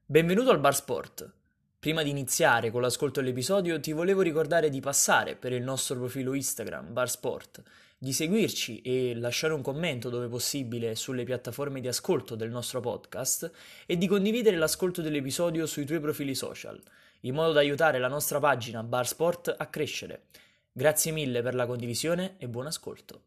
Benvenuto al Bar Sport. Prima di iniziare con l'ascolto dell'episodio ti volevo ricordare di passare per il nostro profilo Instagram Bar Sport, di seguirci e lasciare un commento dove possibile sulle piattaforme di ascolto del nostro podcast e di condividere l'ascolto dell'episodio sui tuoi profili social, in modo da aiutare la nostra pagina Bar Sport a crescere. Grazie mille per la condivisione e buon ascolto.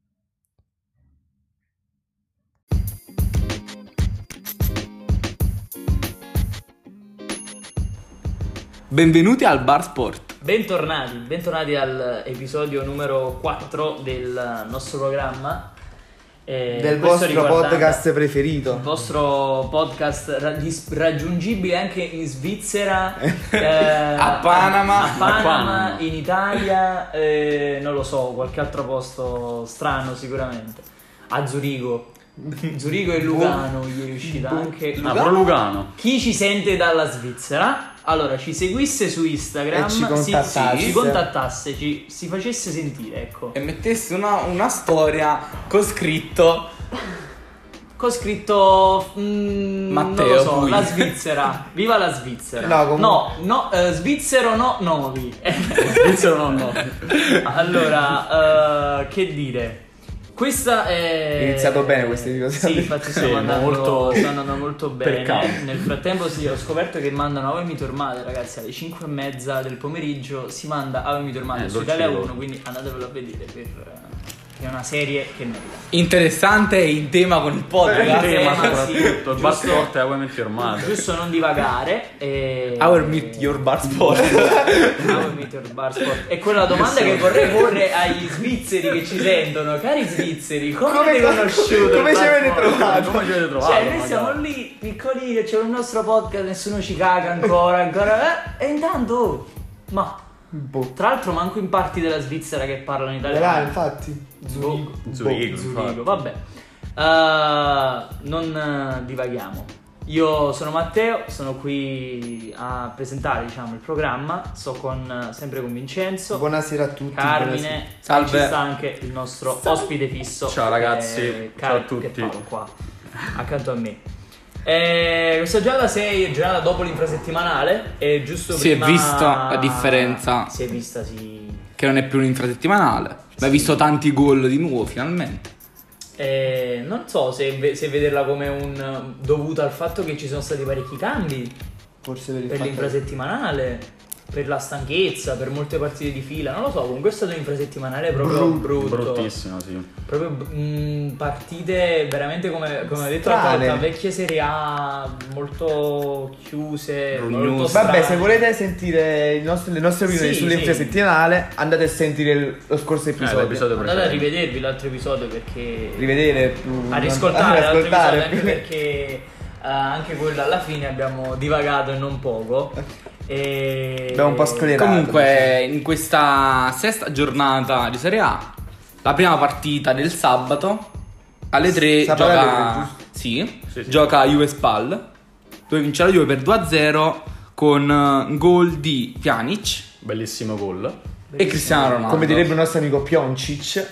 Benvenuti al Bar Sport. Bentornati all'episodio numero 4 del nostro programma. Del vostro podcast preferito. Il vostro podcast raggiungibile anche in Svizzera, a Panama, in Italia, non lo so, qualche altro posto strano sicuramente. A Zurigo e Lugano gli è uscita anche. Però Lugano. Chi ci sente dalla Svizzera, allora ci seguisse su Instagram, E ci contattasse. ci contattasse, si facesse sentire, ecco. E mettesse una storia con scritto Matteo, non lo so, Pugli. la Svizzera, viva la Svizzera. No, Svizzero no, novi. Svizzero no. Allora, che dire? Questa è iniziato bene questo episodio. Sì, infatti stanno andando molto bene. Peccato. Nel frattempo ho scoperto che mandano Ave mi tormate, ragazzi, alle 5:30 del pomeriggio si manda Ave mi tormate su Italia 1, quindi andatevelo a vedere è una serie che merita. Interessante e in tema con il podcast. tema, soprattutto sì, il bar sport è a metti ormai. Giusto non divagare. Our Meet Your Bar Sport. Our Meet Your Bar Sport. E quella domanda che vorrei porre agli svizzeri che ci sentono, cari svizzeri, come avete conosciuto? Come il ci Bar avete Sport? trovato? Come ci avete trovato? Cioè, noi siamo lì piccoli, che c'è il nostro podcast, nessuno ci caga ancora. E intanto, tra l'altro manco in parti della Svizzera che parlano italiano. Infatti. Zurigo, vabbè. Non divaghiamo. Io sono Matteo, sono qui a presentare, diciamo, il programma. Sto sempre con Vincenzo. Buonasera a tutti. Carmine. Salve. Ci sta anche il nostro ospite fisso. Ciao, ragazzi. Ciao a tutti. Che parlo qua accanto a me. Questa è già la 6, è giornata dopo l'infrasettimanale. E giusto Si è prima vista la differenza. Si è vista, sì. Che non è più un infrasettimanale. Ma hai visto tanti gol di nuovo finalmente. Non so se vederla come un dovuto al fatto che ci sono stati parecchi cambi Forse per l'infrasettimanale, per la stanchezza, per molte partite di fila, non lo so, comunque è stato un infrasettimanale proprio brutto. Bruttissimo, sì. Proprio partite veramente come ho detto Strane. la vecchia Serie A, molto chiuse, Rognose. molto Vabbè, strane. se volete sentire le nostre opinioni Sì, sull'infrasettimanale, andate a sentire lo scorso episodio. L'episodio Andate a precedente. rivedervi l'altro episodio perché Rivedere a riscoltare l'altro episodio, anche perché anche quello alla fine abbiamo divagato e non poco. Abbiamo un po' sclerato. Comunque in questa sesta giornata di Serie A, la prima partita del sabato alle 3 Sabato alle gioca 3, giusto? sì, Sì. gioca Juve Spal, dove vince la Juve per 2-0 con un gol di Pjanic Bellissimo gol. e Cristiano Ronaldo. Come direbbe il nostro amico Pjoncic.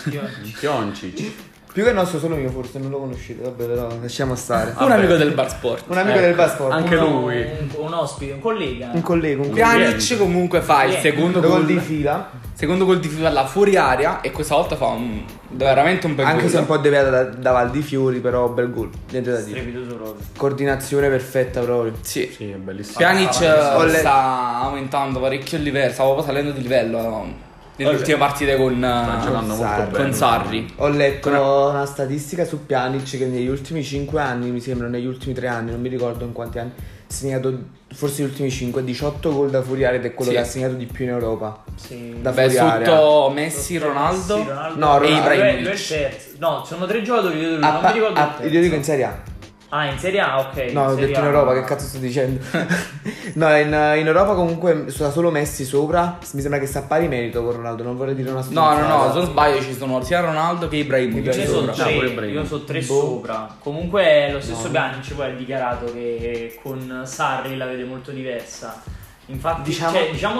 Pjoncic. Più che il nostro solo mio, forse non lo conoscete. Vabbè, però lasciamo stare. un amico del Bar Sport. Un amico del Bar Sport. Anche lui. un ospite, un collega. Un collega, un Pjanic comunque fa il secondo gol gol di fila. secondo gol di fila alla fuori area e questa volta fa veramente un bel Anche gol. se un po' deviata da Val di Fiori, però bel gol. Niente da dire. Strepitoso proprio. Coordinazione perfetta proprio. Sì. Sì, è bellissimo. Pjanic Olle. sta aumentando parecchio il livello, stava proprio salendo di livello nelle ultime partite Sta con giocando molto Sarri. bene. Sarri. Ho letto una statistica su Pjanic che negli ultimi 5 anni, mi sembra, negli ultimi 3 anni, non mi ricordo in quanti anni, ha segnato forse gli ultimi 5, 18 gol da fuori area ed è quello Sì. che ha segnato di più in Europa. Sì. Da Beh, fuori area. sotto Messi, Ronaldo. No, e Ronaldo. Ibrahimovic. Lui è il terzo. No, sono 3 giocatori, io non Ah, mi ricordo il terzo. io dico in Serie A. Ah, in Serie A, ok. No, ho Serie detto in A. Europa, che cazzo sto dicendo? No, in Europa comunque sta solo Messi sopra. Mi sembra che sta a pari merito con Ronaldo, non vorrei dire una No, stronzata. se non sbaglio ci sono sia Ronaldo che Ibrahimovic. Io sono sopra. pure 3, Ibrahimovic. io so 3 Boh. sopra. Comunque lo stesso Pjanic poi ha dichiarato che con Sarri la vede molto diversa. Infatti, Diciamo-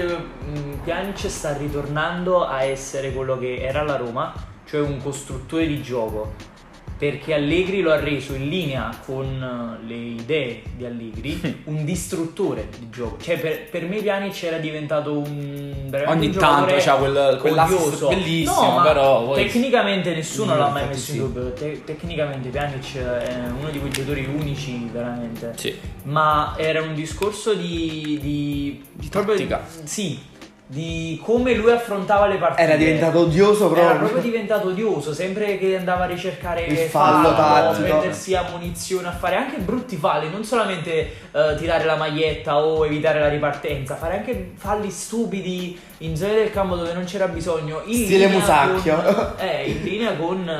Pjanic sta ritornando a essere quello che era alla Roma, cioè un costruttore di gioco. perché Allegri lo ha reso in linea con le idee di Allegri un distruttore di gioco. Cioè per me Pjanic era diventato veramente Ogni un tanto giocatore c'ha quell'assist odioso. bellissimo, no, ma però poi... tecnicamente nessuno l'ha mai infatti messo in dubbio. Tecnicamente Pjanic è uno di quei giocatori unici veramente. Sì. Ma era un discorso di proprio tattica. sì, di come lui affrontava le partite. Era diventato odioso Era proprio. proprio diventato odioso, sempre che andava a ricercare Il fallo tattico. prendersi amunizione, a fare anche brutti falli, non solamente tirare la maglietta o evitare la ripartenza, fare anche falli stupidi in zone del campo dove non c'era bisogno. Stile Musacchio. In linea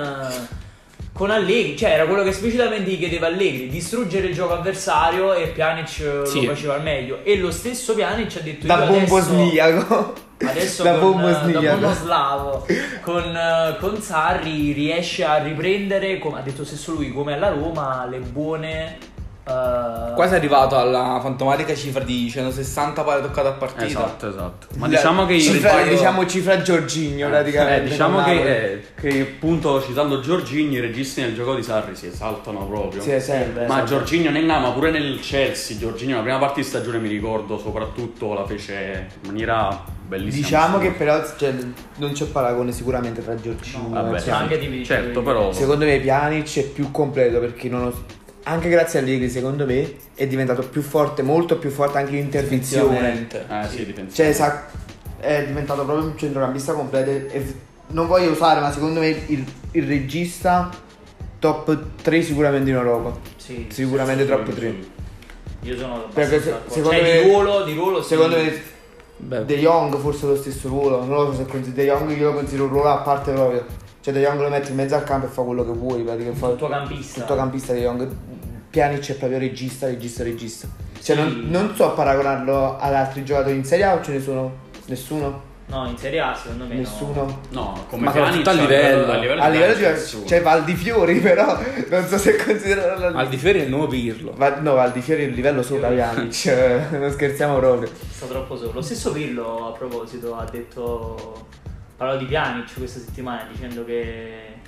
con Allegri, cioè era quello che esplicitamente gli chiedeva Allegri, distruggere il gioco avversario, e Pjanic lo faceva al meglio. E lo stesso Pjanic ha detto Da io buon adesso, bosniaco. adesso Da con, buon da bosniaco. buono slavo con Sarri riesce a riprendere, come ha detto stesso lui, come alla Roma, le buone Quasi è arrivato alla fantomatica cifra di 160 palle toccate a partita. Esatto. Ma diciamo che cifra Giorginio praticamente. diciamo con Napoli. che appunto citando Jorginho, i registi nel gioco di Sarri si esaltano proprio. Sì, sempre. Ma Jorginho ma pure nel Chelsea, Jorginho la prima parte di stagione mi ricordo soprattutto la fece in maniera bellissima. Diciamo che però non c'è paragone sicuramente tra Giorginio Vabbè, e sì, anche di certo, però secondo me Pjanic è più completo perché anche grazie a Allegri secondo me è diventato più forte, molto più forte anche in interdizione. sì, difensivamente. Cioè è diventato proprio un centrocampista completo e non voglio usare, ma secondo me il regista top 3 sicuramente in Europa. sì, Sicuramente top 3. io sono Perché abbastanza d'accordo. secondo Cioè, me di ruolo sì. secondo me Beh, De Jong forse lo stesso ruolo, non lo so se consideri De Jong, io lo considero un ruolo a parte proprio. Cioè De Jong lo metti in mezzo al campo e fa quello che vuoi, praticamente fa Tuttocampista. tuttocampista De Jong. Pjanic è proprio regista. Cioè non so paragonarlo ad altri giocatori in Serie A, o ce ne sono nessuno? No, in Serie A secondo me Nessuno? No, come Ma Pjanic, soprattutto a livello. A livello Pjanic, di... Cioè Valdifiori però, non so se considerarlo... al di fuori è il nuovo Pirlo. No, Valdifiori è il livello sopra Pjanic, non scherziamo proprio. sta troppo solo. Lo stesso Pirlo a proposito ha detto, parlavo di Pjanic questa settimana dicendo che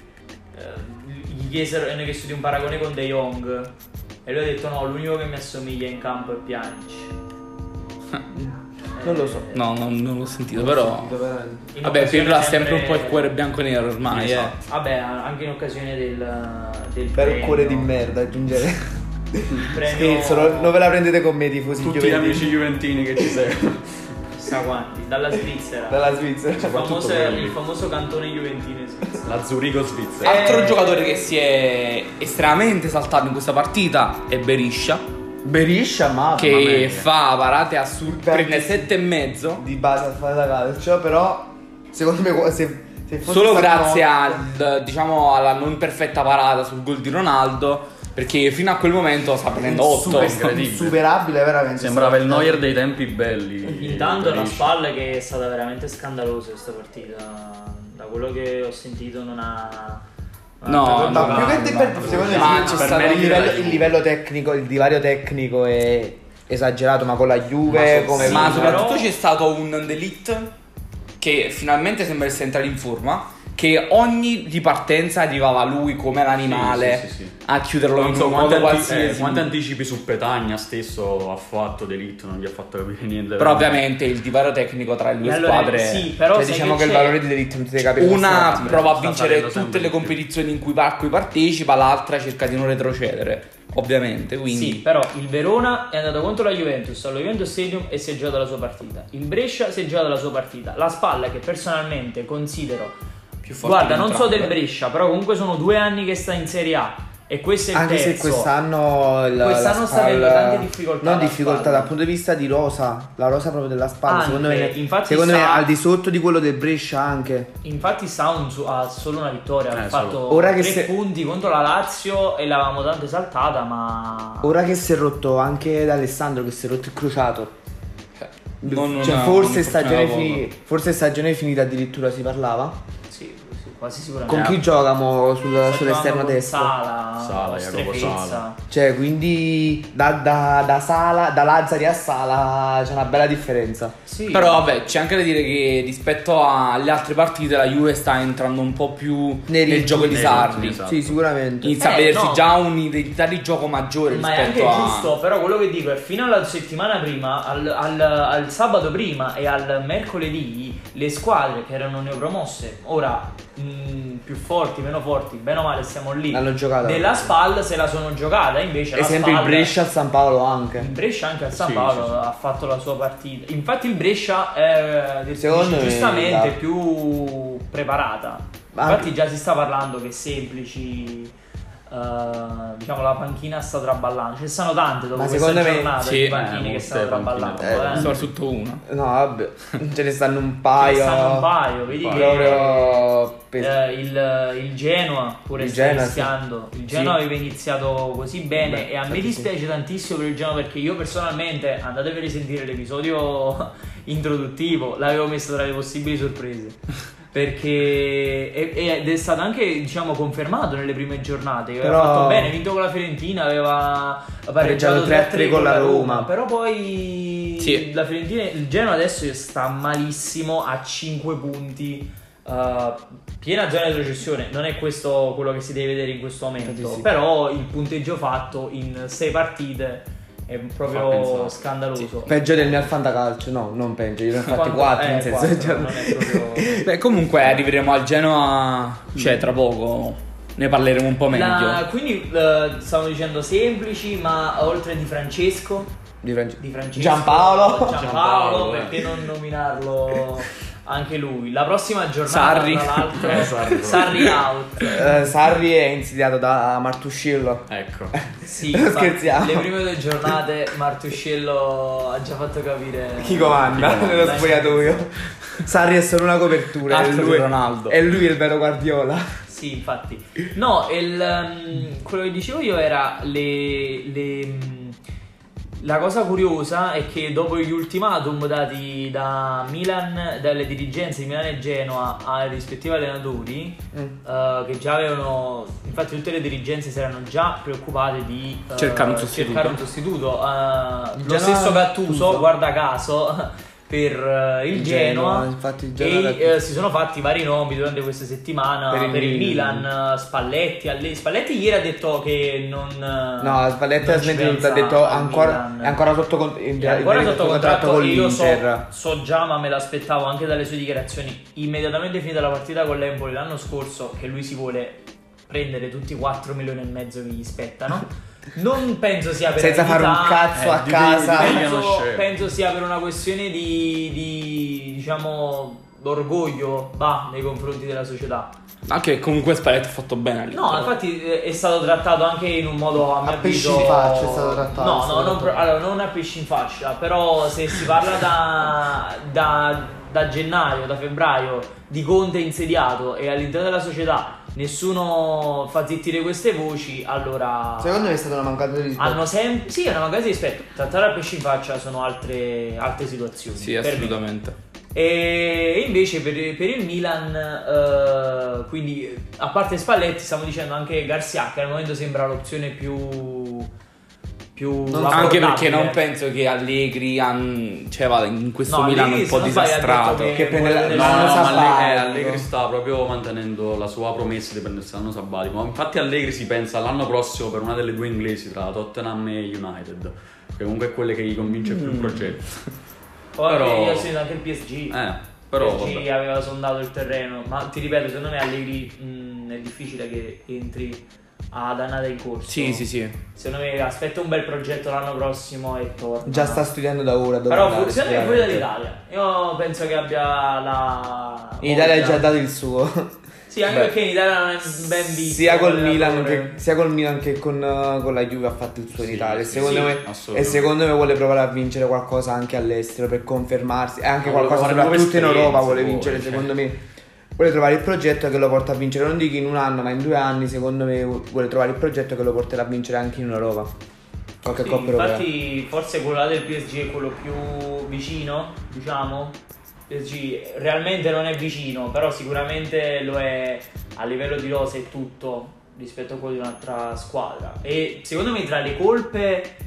gli chiesero, hanno chiesto di un paragone con De Jong e lui ha detto no, l'unico che mi assomiglia in campo è Pjanic. Non lo so. No, non l'ho sentito, però. In Vabbè, occasione Pirlo ha sempre un po' il cuore bianco e nero ormai, Esatto. Vabbè, anche in occasione del Per premio, il cuore di merda aggiungere. il premio, Scherzo, non ve la prendete con me tifosi tutti gli gioventini. amici juventini che ci seguono. chissà quanti, dalla Svizzera. Dalla Svizzera. Il famoso cantone juventino in Svizzera. La Zurigo svizzera. Altro giocatore che si è estremamente saltato in questa partita è Beriscia, Beriscia, ma che mia. fa parate assurde, prende Perché 7,5 di base a fare da calcio, però secondo me se fosse solo stato grazie no- diciamo alla non perfetta parata sul gol di Ronaldo, perché fino a quel momento sta prendendo 8. incredibile. insuperabile veramente. Sembrava il Neuer dei tempi belli. Intanto la Beriscia. spalla che è stata veramente scandalosa questa partita. Da quello che ho sentito non ha... No, Ma no, più che no, secondo me ma c'è c'è stato stato il livello tecnico, il divario tecnico è esagerato, ma con la Juve Ma come sì, ma però- soprattutto c'è stato un Delite che finalmente sembra essere entrato in forma, che ogni ripartenza arrivava lui come l'animale Sì. a chiuderlo Non in so un modo quanti qualsiasi. anticipi su Petagna stesso ha fatto Delitto, non gli ha fatto capire niente. Però ovviamente il divario tecnico tra le due Allora, squadre, sì, però cioè, sai diciamo che il c'è? valore di delitto non si deve capire. una prova a sta vincere salendo tutte sempre le di più. competizioni in cui partecipa, l'altra cerca di non retrocedere, ovviamente, quindi Sì, però il Verona è andato contro la Juventus allo Juventus Stadium e si è giocato la sua partita. Il Brescia si è giocato la sua partita. La Spalla, che personalmente considero, più forte guarda, di non so del entrambe. Brescia, però comunque sono 2 anni che sta in Serie A e questo è il Anche se terzo. quest'anno Quest'anno sta avendo tante difficoltà Non la difficoltà Spalla. dal punto di vista di rosa. La rosa proprio della spalla. Anche, Secondo me, infatti secondo me sta- al di sotto di quello del Brescia anche. Infatti ha solo una vittoria, ha fatto solo. Ora che 3 se- punti contro la Lazio e l'avevamo tanto esaltata, ma Ora che si è rotto anche da Alessandro, che si è rotto il crociato. Non Cioè, una- forse non stagione funzionava finita. Forse stagione finita addirittura si parlava. sì. quasi sicuramente. Con chi giocano Sta giocando sull'esterno con destro? Sala, Jacopo Strefezza. Sala. Cioè, quindi da Sala, da Lazzari a Sala c'è una bella differenza. Sì. Però vabbè, c'è anche da dire che rispetto alle altre partite la Juve sta entrando un po' più Nei nel ritmi. gioco di Nei Sarri. ritmi, esatto. Sì, sicuramente. Inizia a vedersi no. già un'identità di gioco maggiore Ma è anche rispetto a... giusto, però quello che dico è fino alla settimana prima, al sabato prima e al mercoledì, le squadre che erano neopromosse, ora più forti, meno forti, bene o male stiamo lì, L'hanno giocata. della SPAL se la sono giocata, invece la Esempio il SPAL, Brescia al San Paolo anche. il Brescia anche al San Sì, Paolo sì, sì. ha fatto la sua partita. Infatti il Brescia è Secondo me, giustamente la- più preparata. Infatti già si sta parlando che semplici, diciamo, la panchina sta traballando. Ce ne stanno tante dopo Ma questa secondo me- giornata sì, di panchine che molte stanno traballando. panchine. Soprattutto una. No, vabbè, ce ne stanno un Ce paio. ne stanno un paio, vedi Proprio il Genoa pure Il sta Genoa, sì. iniziando. Il Genoa Sì. aveva iniziato così bene Beh, e a me infatti dispiace tantissimo per il Genoa perché io personalmente, andatevi a risentire l'episodio introduttivo, l'avevo messo tra le possibili sorprese. Perché ed è stato anche, diciamo, confermato nelle prime giornate. Aveva Però- fatto bene, vinto con la Fiorentina, aveva pareggiato Pareggiato 3-3 con la Roma. Però poi Sì. la Fiorentina, il Genoa adesso sta malissimo a 5 punti. Piena zona di retrocessione. Non è questo quello che si deve vedere in questo momento. Infatti sì. Però il punteggio fatto in 6 partite è Fa proprio pensare. scandaloso. peggio del mio al fantacalcio. No, non peggio, io ne ho fatti 4 in senso. quattro, non è proprio... Beh, comunque arriveremo al Genoa, cioè tra poco ne parleremo un po' meglio. Quindi stavamo dicendo semplici, ma oltre Di Francesco, Di Francesco Giampaolo. Giampaolo, eh. perché non nominarlo anche lui? La prossima giornata, Sarri. tra l'altro, Sarri. Sarri out. Sarri è insediato da Martuscello. Ecco. Sì, Non infatti, scherziamo. le prime 2 giornate Martuscello ha già fatto capire Chi comanda nello spogliatoio? Sarri è solo una copertura. Altro è che Ronaldo. È lui il vero Guardiola. Sì, infatti. No, quello che dicevo io era la cosa curiosa è che dopo gli ultimatum dati da Milan, dalle dirigenze di Milano e Genoa ai rispettivi allenatori, che già avevano, infatti tutte le dirigenze si erano già preoccupate di Cercare un sostituto. Lo Genoa- stesso Gattuso, Gattuso. guarda caso, per il Genoa, infatti il Genoa e si sono fatti vari nomi durante questa settimana per il Milan. Milan. Spalletti ieri ha detto che non Spalletti ha non ci smentito, pensa ha detto al Milan. è ancora sotto È ancora sotto contratto con e io l'Inter. so già, ma me l'aspettavo anche dalle sue dichiarazioni immediatamente finita la partita con l'Empoli l'anno scorso, che lui si vuole prendere tutti i 4 milioni e mezzo che gli spettano. Non penso sia per Senza fare un avidità, cazzo a di- casa. di- penso sia per una questione di diciamo d'orgoglio nei confronti della società. Anche comunque Spalletti ha fatto bene all'Inter. No, infatti è stato trattato anche in un modo a mio A pesci avviso- in faccia è stato trattato, No, è stato trattato. allora, non a pesci in faccia, però se si parla da gennaio, da febbraio di Conte insediato e all'interno della società nessuno fa zittire queste voci, allora Secondo me è stata una mancata di rispetto. hanno sempre sì, è una mancanza di rispetto. Trattare a pesci in faccia sono altre situazioni. Sì, per me. assolutamente. E invece per il Milan, quindi a parte Spalletti, stiamo dicendo anche Garcia, che al momento sembra l'opzione più Anche perché non affordabile. penso che Allegri vada in questo No, Milan Allegri, un se po' non sbaglio, ha disastrato. detto Che prende vuole la- No, delle- l'anno ma sabbatico. Allegri sta proprio mantenendo la sua promessa di prendersi l'anno sabbatico. Ma infatti Allegri si pensa all'anno prossimo per una delle due inglesi tra Tottenham e United, che comunque è quelle che gli convince più il progetto. O anche, Però- io ho sentito anche il PSG. Però PSG vabbè. aveva sondato il terreno, ma ti ripeto, secondo me Allegri è difficile che entri ad annata in corso. Sì. Secondo me aspetta un bel progetto l'anno prossimo e torna. Già sta studiando da ora. dove Però andare, secondo me fuori sicuramente. dall'Italia. Io penso che abbia la In Italia ha voglia. già dato il suo. Sì, anche Beh, perché in Italia non è ben visto. sia col come Milan allenatore. che con la Juve ha fatto il suo in Sì, Italia. sì, Secondo sì, me, assolutamente. e secondo me vuole provare a vincere qualcosa anche all'estero per confermarsi. E anche Ma vuole qualcosa provare nuove soprattutto in Europa vuole esperienze, vincere. poi, Secondo me vuole trovare il progetto che lo porta a vincere. Non dico in un anno, ma in 2 anni. Secondo me vuole trovare il progetto che lo porterà a vincere anche in Europa. Qualche Sì, Coppa europea. infatti forse quello là del PSG è quello più vicino, diciamo. PSG realmente non è vicino, però sicuramente lo è a livello di rose e tutto rispetto a quello di un'altra squadra. E secondo me tra le colpe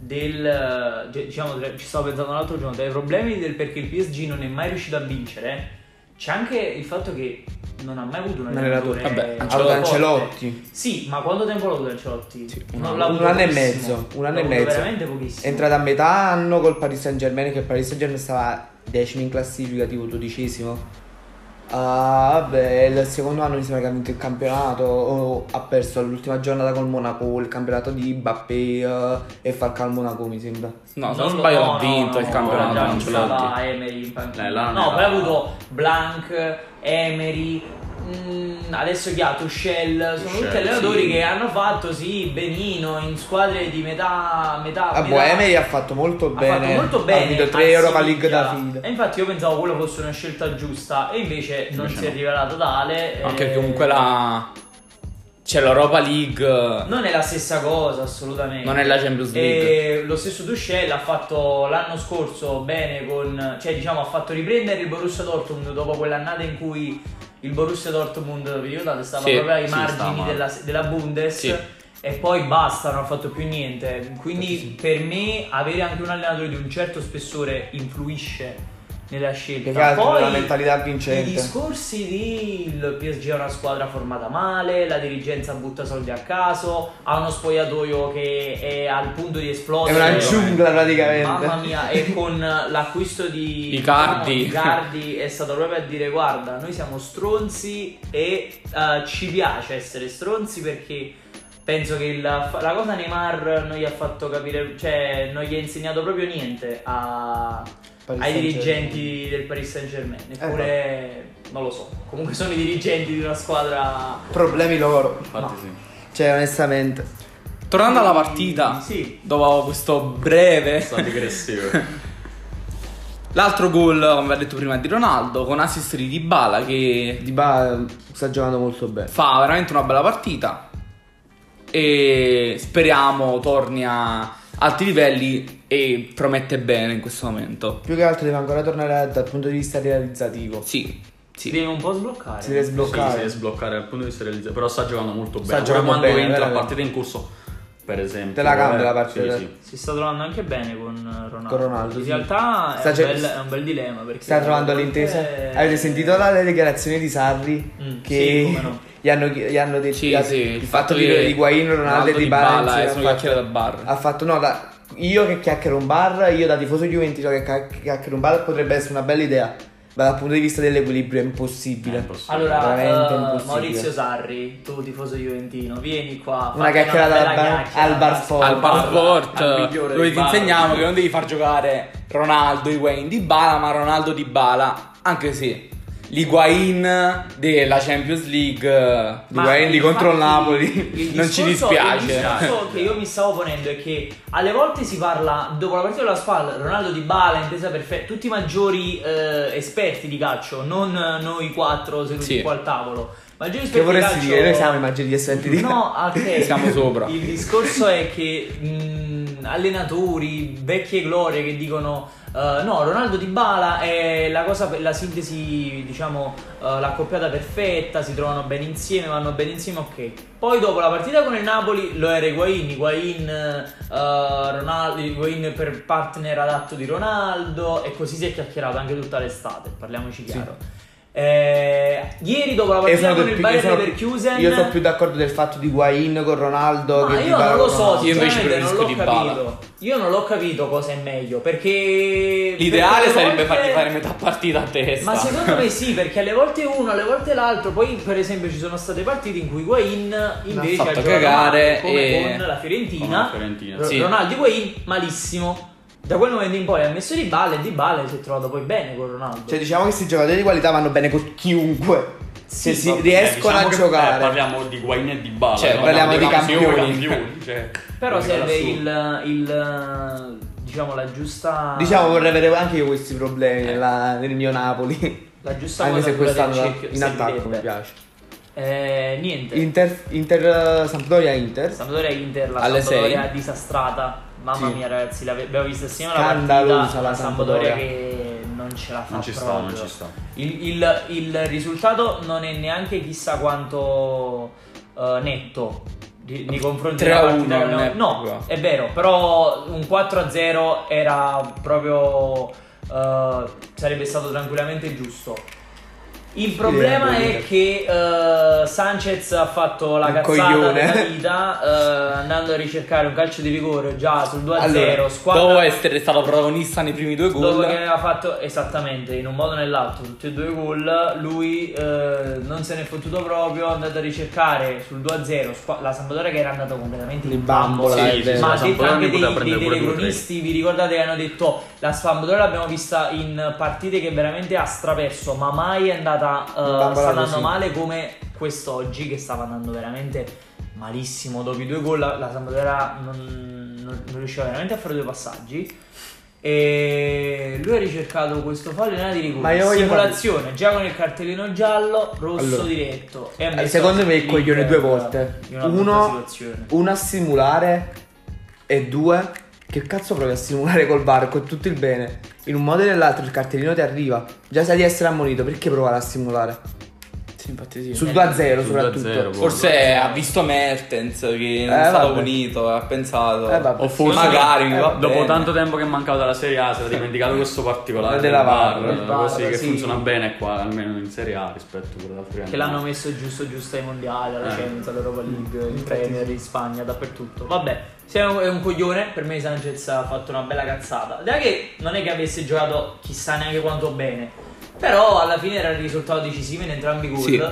ci stavo pensando l'altro giorno, tra i problemi del perché il PSG non è mai riuscito a vincere, c'è anche il fatto che non ha mai avuto un allenatore. Vabbè, forte. Ancelotti. Sì, ma quanto tempo l'ha avuto Ancelotti? Sì, Non un l'ha avuto anno e pochissimo. mezzo. Un anno L'ha e avuto mezzo. veramente pochissimo. È entrato a metà anno col Paris Saint-Germain, che il Paris Saint-Germain stava 10º in classifica, tipo 12º. Vabbè, il secondo anno mi sembra che ha vinto il campionato, ha perso all'ultima giornata col Monaco, il campionato di Mbappé e Falcao al Monaco, mi sembra. No, se non sbaglio ha vinto il campionato già Ancelotti. stava Emery in panchina. Là non No, era- poi ha avuto Blanc, Emery, adesso chi ha? Tuchel, sono Tuchel, tutti allenatori sì. che hanno fatto benino in squadre di metà. Emery ha fatto molto bene. Fatto molto bene. Ha vinto 3 a Europa League Siviglia. da fila. E infatti io pensavo quello fosse una scelta giusta e invece non Invece si è no. rivelato tale. Anche perché comunque c'è l'Europa League. Non è la stessa cosa, assolutamente. Non è la Champions League. E lo stesso Tuchel ha fatto l'anno scorso bene ha fatto riprendere il Borussia Dortmund dopo quell'annata in cui il Borussia Dortmund, vi ricordate, stava Sì, proprio ai sì, margini stava della Bundes. Sì. E poi basta, non ha fatto più niente. Quindi per me avere anche un allenatore di un certo spessore influisce nella scelta. Perché ha Poi una mentalità i vincente. discorsi di il PSG è una squadra formata male, la dirigenza butta soldi a caso, ha uno spogliatoio che è al punto di È esplodere. una giungla praticamente. Mamma mia, e con l'acquisto di Icardi. Icardi è stato proprio a dire: guarda, noi siamo stronzi e ci piace essere stronzi, perché penso che la cosa Neymar non gli ha fatto capire, cioè non gli ha insegnato proprio niente Paris ai Saint-Germain. dirigenti del Paris Saint-Germain. Eppure non lo so, comunque sono i dirigenti di una squadra. Problemi loro. Infatti sì. Cioè, onestamente. Tornando alla partita, Sì. dopo questo breve, Sta digressivo. l'altro gol, come ho detto prima, è di Ronaldo con assist di Dybala che Dybala sta giocando molto bene. fa veramente una bella partita e speriamo torni a alti livelli e promette bene in questo momento. Più che altro deve ancora tornare dal punto di vista realizzativo. Sì, Si sì. deve un po' sbloccare. Si deve Sì, si sbloccare. deve sbloccare dal punto di vista realizzato. Però sta giocando molto Sta bene. giocando Pure quando bene, entra a veramente. partita in corso, per esempio. Te la cambia la partita. Sì. Si sta trovando anche bene con Ronaldo. Con Ronaldo, In sì. realtà Sta è un bel dilemma, perché Sta trovando l'intesa. Avete sentito la dichiarazione di Sarri? Che sì, come no. gli hanno detto Sì, sì, il fatto di Higuain, Ronaldo e Dybala e insieme, sono chiacchiere da bar. ha fatto io che chiacchiero un bar, io da tifoso juventino che chiacchiero un bar potrebbe essere una bella idea, ma dal punto di vista dell'equilibrio è impossibile. Impossibile. Veramente Allora, impossibile. Maurizio Sarri, tu tifoso juventino, vieni qua. Una fatti chiacchierata bella al bar chiacchiera. sport. Al bar sport, al migliore dove dei ti bar. insegniamo che non devi far giocare Ronaldo, Higuain, Dybala, ma Ronaldo, Dybala, anche se l'Higuain della Champions League Higuain di contro il Napoli. Non ci Il dispiace. discorso che io mi stavo ponendo è che alle volte si parla, dopo la partita della SPAL, Ronaldo, Dybala, intesa perfetta, tutti i maggiori esperti di calcio, non noi quattro seduti Sì. qua al tavolo. Maggiori Che esperti di vorresti calcio. dire? Noi siamo i maggiori esperti di No, ok. Siamo sopra. Il discorso è che allenatori, vecchie glorie che dicono no, Ronaldo, Dybala è la sintesi, diciamo, l'accoppiata perfetta, si trovano bene insieme, vanno bene insieme, ok. Poi dopo la partita con il Napoli lo era Higuain, Ronaldo, Higuain per partner adatto di Ronaldo, e così si è chiacchierato anche tutta l'estate, parliamoci chiaro. Ieri dopo la partita con il Bayer Leverkusen, io sono più d'accordo del fatto di Higuain con Ronaldo ma che io Dybala non lo con so, Ronaldo. Io invece sinceramente non l'ho preferisco Dybala. capito. Io non l'ho capito cosa è meglio, perché L'ideale perché alle sarebbe volte- fargli fare metà partita a testa. Ma secondo me sì, perché alle volte uno, alle volte l'altro. Poi per esempio ci sono state partite in cui Higuain invece fatto ha giocato cagare male, come e- con la Fiorentina. Con la Fiorentina, sì. Ronaldo, Higuain malissimo. Da quel momento in poi ha messo Dybala e Dybala si è trovato poi bene con Ronaldo. Cioè, diciamo che questi giocatori di qualità vanno bene con chiunque. Se si Vabbè, riescono diciamo a che, giocare. parliamo di Higuain e Dybala. Cioè, parliamo di campioni. Cioè, Però serve il diciamo la giusta. Diciamo vorrei avere anche io questi problemi nel mio Napoli. la giusta Anche se quadratura del quest'anno cerchio in attacco servirebbe. mi piace. Niente. Inter Sampdoria Inter. Sampdoria Inter, la Alle Sampdoria 6. disastrata. Mamma Sì. mia ragazzi, abbiamo visto assieme la Scandalosa partita, la Sampdoria Sampdoria. che non ce la fa Non ci sta, proprio. non ci sta. Il risultato non è neanche chissà quanto netto nei confronti 3-1 della partita che non è abbiamo- proprio. No, è vero, però un 4-0 era proprio sarebbe stato tranquillamente giusto. Il problema è che Sanchez ha fatto la Il cazzata coglione. della vita andando a ricercare un calcio di rigore già sul 2-0. Allora, squadra Dopo essere stato protagonista nei primi 2 dopo gol. che aveva fatto esattamente in un modo o nell'altro tutti e 2 i gol, lui non se n'è fottuto proprio, è andato a ricercare sul 2-0 la Sampdoria che era andata completamente Di in bambola. bambola, Sì, è vero. Ma la ha detto Sampdoria anche ne poteva dei prendere pure telecronisti, vi ricordate che hanno detto la Sampdoria l'abbiamo vista in partite che veramente ha straperso, ma mai è andata bambola sta andando così. male come quest'oggi, che stava andando veramente malissimo. Dopo i 2 gol la Sampdoria non riusciva veramente a fare 2 passaggi. E lui ha ricercato questo fallo in area di Ma rigore, io voglio simulazione, già con il cartellino giallo, rosso Allora, diretto. E ha messo secondo me il coglione due Liga volte. in una brutta Uno situazione. a simulare e 2 che cazzo provi a simulare col VAR con tutto il bene. In un modo o nell'altro il cartellino ti arriva, già sai di essere ammonito, perché provare a simulare? Sì, infatti sì. Sul 2-0 Sul soprattutto. 2-0, Forse ha visto Mertens che non è stato vabbè. punito, ha pensato. Vabbè. O forse magari mi va dopo bene. tanto tempo che mancava dalla Serie A si era dimenticato questo particolare Della del VAR, VAR, del VAR, così che sì. funziona bene qua, almeno in Serie A rispetto a altri anni. Che l'hanno messo giusto ai mondiali, alla Champions, all'Europa League, in Premier, in Spagna, dappertutto. Vabbè, se è un coglione, per me Sanchez ha fatto una bella cazzata. Dai che non è che avesse giocato chissà neanche quanto bene, però alla fine era il risultato decisivo in entrambi i gol. Sì.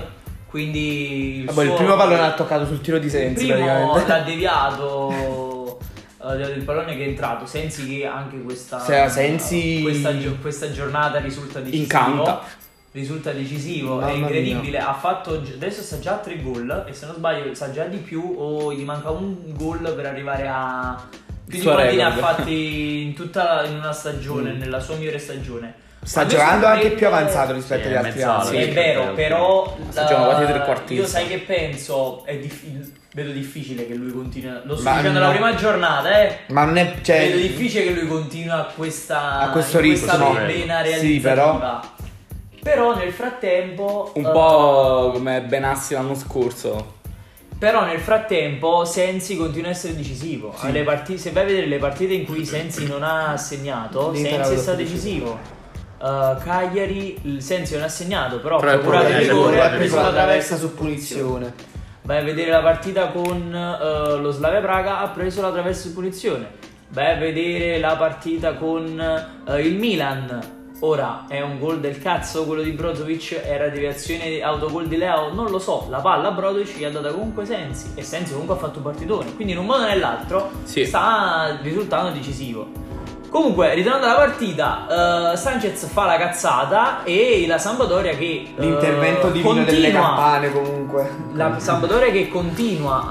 Quindi Vabbè, il primo pallone ha toccato sul tiro di il Sensi primo praticamente. l'ha deviato il pallone che è entrato. Sensi che anche questa Sensi- questa giornata risulta decisivo. Incanta. Risulta decisivo, Mamma è incredibile. mia. Ha fatto adesso sta già a 3 gol e se non sbaglio sa già di più o gli manca un gol per arrivare a più di Suo quanti ne ha record. fatti in una stagione, nella sua migliore stagione. Sta A me giocando anche sorprende- più avanzato rispetto Sì, agli è altri mezzala, anni. sì. è vero, però Sta giocando quasi trequartista. io sai che penso vedo difficile che lui continui. Lo sto Ma dicendo no. la prima giornata, Ma non è, cioè, vedo difficile che lui continui a questa A questo in questa ritmo. vena Sì, realizzativa. Però nel frattempo Un po' come Benassi l'anno scorso. Però nel frattempo Sensi continua a essere decisivo. Alle se vai a vedere le partite in cui Sensi non ha segnato, L'Inter Sensi ha è stato avuto decisivo. Cagliari, il Sensi non ha segnato, però ha Però è procurato il proprio- rigore, ha è preso proprio la traversa traversa su su punizione. Vai a vedere la partita con lo Slavia Praga, ha preso la traversa su punizione. Vai a vedere la partita con il Milan. Ora è un gol del cazzo quello di Brozovic, era deviazione autogol di Leao, non lo so, la palla a Brozovic gli ha data comunque Sensi e Sensi comunque ha fatto un partitone, quindi in un modo o nell'altro Sì. sta risultando decisivo. Comunque, ritornando alla partita, Sanchez fa la cazzata e la Sampdoria che L'intervento divino delle continua- campane comunque. la Sampdoria che continua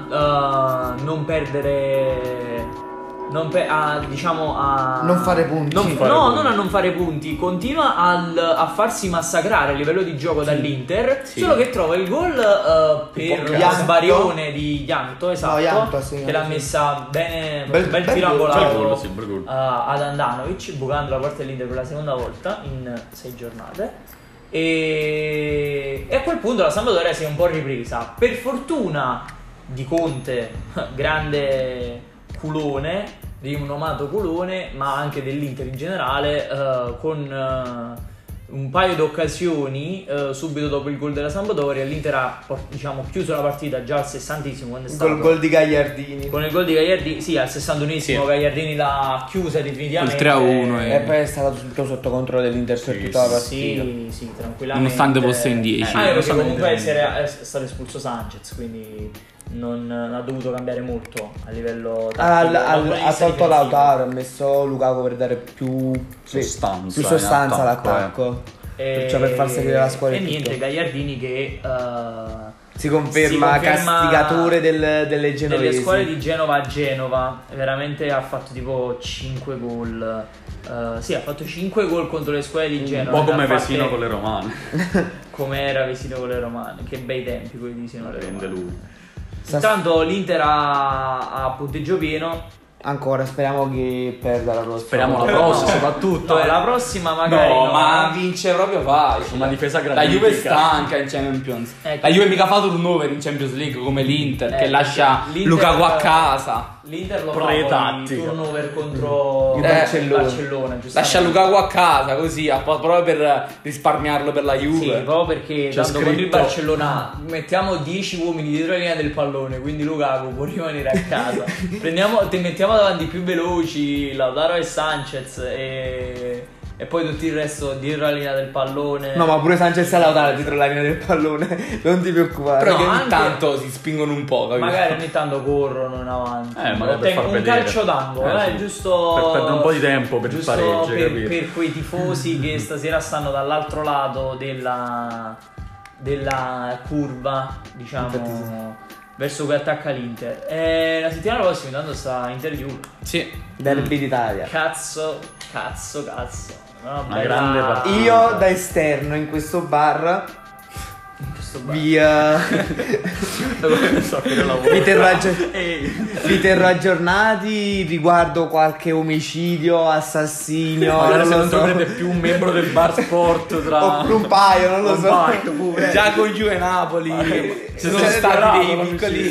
a non perdere, Non fare punti. non a non fare punti, continua a farsi massacrare a livello di gioco dall'Inter, Sì. solo che trova il gol per lo Janto. sbarione di Janto, esatto, No, Janto ha segnato, che l'ha sì. messa bene, Bel bel gol, tirangolato bel gol, sì, bel gol. ad Andanovic, bucando la porta dell'Inter per la seconda volta in 6 giornate. E a quel punto la Sampdoria si è un po' ripresa. Per fortuna di Conte, grande culone, rinomato culone, ma anche dell'Inter in generale, con un paio di occasioni subito dopo il gol della Sampdoria, l'Inter ha chiuso la partita già al 60esimo, quando è stato Col gol di Gagliardini. con il gol di Gagliardini, sì, al 61esimo Sì. Gagliardini l'ha chiusa definitivamente. Il 3-1 E poi è stato tutto sotto controllo dell'Inter per tutta la partita. Sì, tranquillamente. Nonostante fosse in 10. Perché Nonostante comunque fosse in 10. è stato espulso Sanchez, quindi non ha dovuto cambiare molto a livello tattico. Ha dal punto di ha vista tolto difensivo. Lautaro, ha messo Lukaku per dare più Sostanza più sostanza in all'attacco. Cioè per far seguire la squadra E e niente, tutto. Gagliardini che Si conferma castigatore delle delle genovesi. squadre di Genova a Genova. Veramente ha fatto tipo 5 gol. Sì, ha fatto 5 gol contro le squadre di Un Genova. po' come Ne ha fatte- Vesino con le romane. come era Vesino con le romane. Che bei tempi quelli di Vesino con le Prende romane. lui. Intanto l'Inter ha punteggio pieno Ancora, speriamo che perda la prossima. Speriamo la Però prossima, no. soprattutto. No, la prossima magari No, no. ma vince proprio facile. Una difesa La granitica. Juve è stanca in Champions. Ecco. La Juve mica fa turnover in Champions League come l'Inter che lascia l'Inter- Lukaku a casa. L'Inter lo fa Pre-tattica. poi turnover contro Il Barcellona, Barcellona. Lascia Lukaku a casa così, proprio per risparmiarlo per la Sì, Juve. proprio perché C'è tanto contro il scritto- Barcellona mettiamo 10 uomini dietro la linea del pallone, quindi Lukaku può rimanere a casa. Mettiamo davanti i più veloci Lautaro e Sanchez e poi tutto il resto dietro la linea del pallone. No, ma pure Sanchez e Lautaro dietro la linea del pallone. Non ti preoccupare. Però No, che ogni anche- tanto si spingono un po', capito? Magari ogni tanto corrono in avanti. Magari per far un vedere. calcio d'angolo, Sì. giusto Per perdere un po' di tempo per il giusto pareggio, per, capito? per quei tifosi che stasera stanno dall'altro lato della curva, diciamo, verso cui attacca l'Inter. E la settimana prossima intanto sta Inter-Juve. Sì. Derby d'Italia. Cazzo. Una bella- grande partita. Io da esterno in questo bar questo bar. vi terrò aggiornati riguardo qualche omicidio, assassinio. Magari se lo non so. troverete più un membro del bar sport tra... Oppure un paio, non lo Un so. paio pure. Già con Juve Napoli ci sono stati dei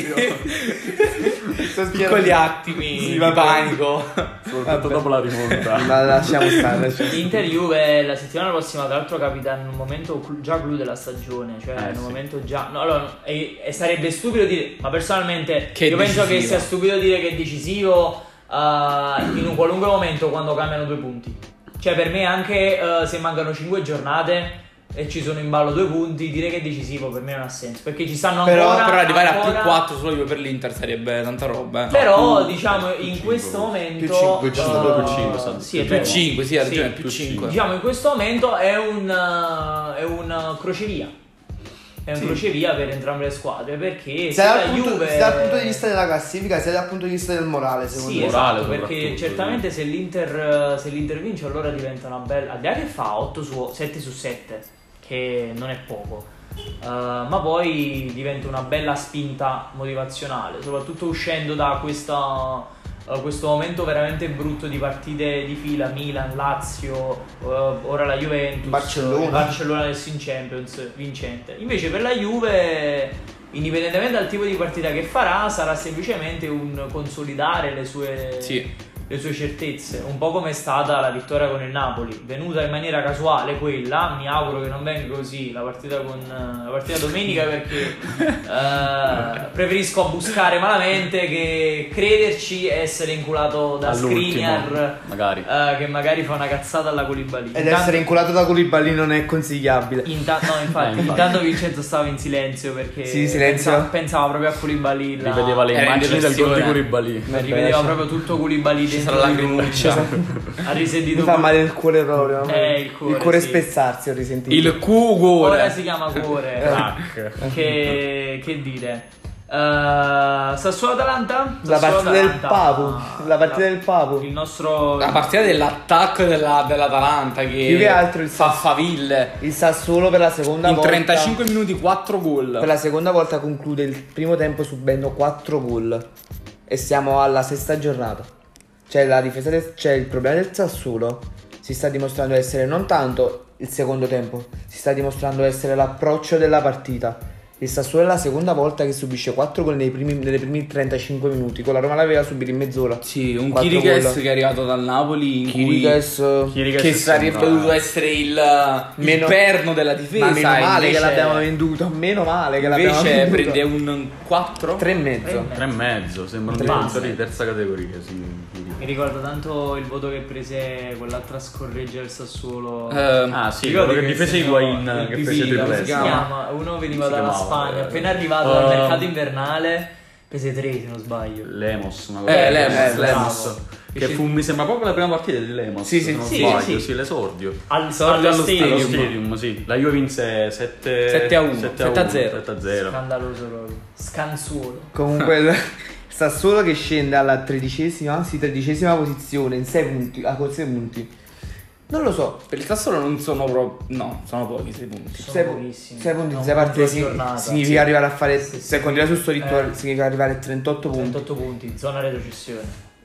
piccoli attimi Sì, di vabbè. panico. Soprattutto dopo la rimonta. Ma lasciamo stare. Inter-Juve la settimana prossima tra l'altro capita in un momento già clou della stagione, cioè in un sì. momento già no, allora, e sarebbe stupido dire, ma personalmente Che io penso che decisivo. sia stupido dire che è decisivo in un qualunque momento quando cambiano 2 punti. Cioè per me anche se mancano 5 giornate e ci sono in ballo 2 punti, dire che è decisivo per me non ha senso, perché ci stanno Però ancora arrivare a ancora- più 4 solo io per l'Inter sarebbe tanta roba. Però più- diciamo più in cinque, questo momento più cinque, più cinque, più cinque, sta- sì, è più vero. 5, sì, ha ragione, Sì, più più 5. Diciamo in questo momento è un crocevia. È un crocevia per entrambe le squadre perché Sia la dal punto, Juve sia dal punto di vista della classifica, sia dal punto di vista del morale, secondo sì, me. morale esatto, perché soprattutto, certamente se l'Inter vince allora diventa una bella, al di là che fa 7 su 7, che non è poco. Ma poi diventa una bella spinta motivazionale, soprattutto uscendo da questo momento veramente brutto di partite di fila, Milan, Lazio, ora la Juventus, Barcellona. il Barcellona adesso in Champions vincente. Invece per la Juve, indipendentemente dal tipo di partita che farà, sarà semplicemente un consolidare le sue certezze, un po' come è stata la vittoria con il Napoli, venuta in maniera casuale quella. Mi auguro che non venga così la partita domenica, perché preferisco buscare malamente che crederci e essere inculato da All'ultimo, Skriniar magari. che magari fa una cazzata alla Koulibaly. Ed essere inculato da Koulibaly non è consigliabile. Infatti, intanto Vincenzo stava in silenzio perché Sì, silenzio. Pensava proprio a Koulibaly là. Rivedeva le Era in immagini del gol di depressione. Koulibaly. Rivedeva proprio tutto Koulibaly Ci dentro sarà di lui. lagrimuccia. Ha risentito Mi fa male il cuore proprio. il cuore, sì. spezzarsi, ho risentito. Il Ora cuore. si chiama cuore. Tac. che dire? Sassuolo-Atalanta? La partita del Papu. La partita del Il Papu. nostro La partita dell'attacco dell'Atalanta Più che altro il fa faville. Il Sassuolo per la seconda In volta. 35 minuti 4 gol. Per la seconda volta conclude il primo tempo subendo 4 gol. E siamo alla sesta giornata. Cioè la difesa cioè il problema del Sassuolo si sta dimostrando essere non tanto il secondo tempo, si sta dimostrando essere l'approccio della partita. Il Sassuolo è la seconda volta che subisce 4 gol nelle primi 35 minuti. Con la Roma l'aveva subito in mezz'ora. Sì, un 4 Chiriches gol. che è arrivato dal Napoli in Chiriches, Chiriches cui che sarebbe sembra- dovuto essere il Meno- perno della difesa. ma meno male invece- che l'abbiamo venduto. Meno male che l'abbiamo Invece venduto. prende un 4. 3,5. 3,5, sembra un Basta. difensore di terza categoria. Sì. Mi ricordo tanto il voto che prese quell'altra scorreggia del Sassuolo. Ah sì, Ricordi quello che difese Higuain che fece Pipila, tripletta. si Si chiama? Uno veniva Si dalla chiamava, Spagna, appena arrivato dal mercato invernale, pese 3 se non sbaglio. Lemos, una cosa Lemos, bravo. Che fu, mi sembra proprio la prima partita di Lemos. Sì, se non sì, sbaglio, sì. l'esordio. Esordio allo Allo Stadium. Stadium, sì. La Juve vinse 7-1, 7-0. Scandaloso proprio. Scansuolo. Comunque il Sassuolo che scende alla tredicesima posizione in 6 punti, con 6 punti. Non lo so. Per il Sassuolo non sono proprio. No, sono pochi 6 punti. Sono 6 pochissimi. punti in No, 6 partite due giornate. significa arrivare a fare. Sì, sì. Se continua su sto ritmo significa arrivare a 38 punti. 38 punti, zona retrocessione.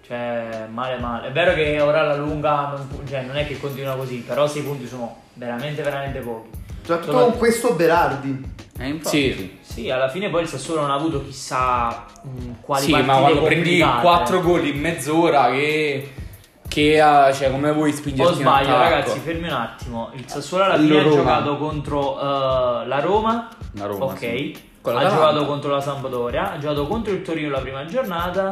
Cioè, male. È vero che ora alla lunga non è che continua così, però 6 punti sono veramente pochi. Soprattutto con questo Berardi. Sì. Sì, alla fine poi il Sassuolo non ha avuto chissà quali Sì, partite ma quando prendi complicate. 4 gol in mezz'ora cioè come vuoi O spingerti in sbaglio, attacco? ragazzi, fermi un attimo. Il Sassuolo alla fine ha Roma. giocato contro la Roma. La Roma, Ok. sì. Con Ha l'Atalanta. giocato contro la Sampdoria. Ha giocato contro il Torino la prima giornata.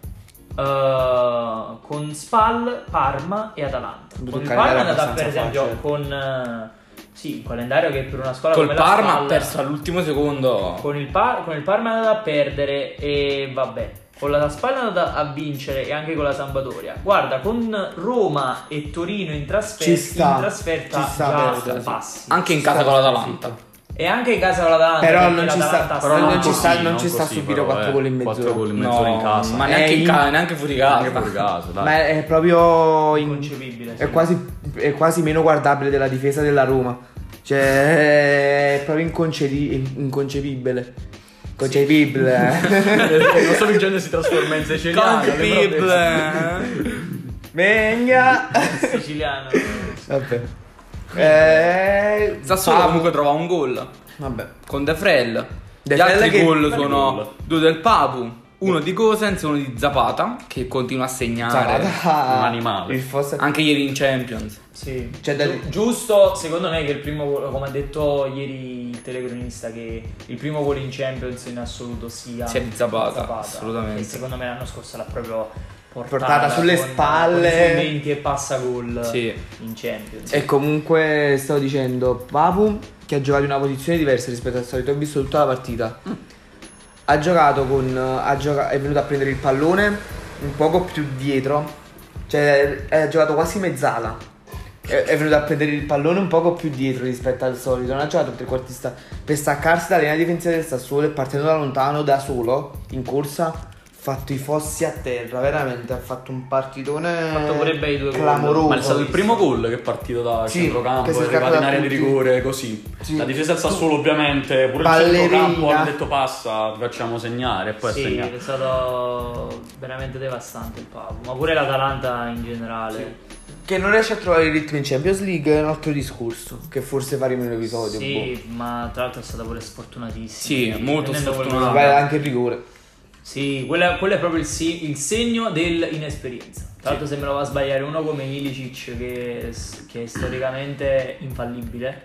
Con Spal, Parma e Atalanta. Un Con il calendario Parma è andata per abbastanza esempio facile. con sì, il calendario che per una squadra Col come la Parma ha Spal perso all'ultimo secondo. con il Parma è andata a perdere e vabbè. Con la Spal è andata a vincere e anche con la Sampdoria. Guarda, con Roma e Torino in trasferta, Ci sta già perdere, sì. passi. Anche in casa con l'Atalanta. E anche in casa con l'Atalanta. Però perché non ci sta- l'Atalanta però non ci così. sta- non ci sta a così, subire però, 4 gol in mezz'ora. 4 gol in mezz'ora in casa. Ma neanche, È neanche fuori Anche casa. fuori casa, dai. Ma è proprio Inconcepibile, sì. è quasi meno guardabile della difesa della Roma. Cioè è proprio inconcepibile. Concepibile. Il nostro Vigente si trasforma in siciliano. Venga. Siciliano. Vabbè. Sassuolo Papu. comunque trova un gol Vabbè. con De Frel. De Gli Frel altri che- gol Quali sono gol? 2 del Papu, uno di Gosens e uno di Zapata, che continua a segnare. Zapata, un animale. il fosse- Anche ieri in Champions. Sì, C'è da- giusto, secondo me che il primo gol, come ha detto ieri il telecronista, che il primo gol in Champions in assoluto sia Sia di Zapata, assolutamente. E secondo me l'anno scorso l'ha proprio Portata sulle spalle. con i suoi 20 e passa gol Sì. in Champions. E comunque stavo dicendo, Papu che ha giocato in una posizione diversa rispetto al solito, ho visto tutta la partita. Ha giocato è venuto a prendere il pallone un poco più dietro, cioè ha giocato quasi mezzala. È venuto a prendere il pallone un poco più dietro rispetto al solito, non ha giocato il trequartista per staccarsi dalla linea difensiva del Sassuolo e partendo da lontano da solo in corsa. Fatto i fossi a terra, veramente ha fatto un partitone fatto pure bei 2 gol. clamoroso. Ma è stato il primo gol che è partito da Sì, centrocampo, che si è è arrivato scappato in area da di tutti. rigore così. Sì. La difesa del Sassuolo ovviamente, pure il Ballerina. centrocampo hanno detto passa, ti facciamo segnare e poi ha Sì, segnato. è stato veramente devastante il Papu, ma pure l'Atalanta in generale. Che non riesce a trovare il ritmo in Champions League è un altro discorso, che forse faremo in un episodio. Sì, ma tra l'altro è stata pure sfortunatissima. Sì, molto Prendendo quel sfortunata. gol. Guarda anche il rigore. Sì, quello è proprio il segno dell'inesperienza. Tra l'altro sembrava sbagliare uno come Ilicic che è storicamente infallibile.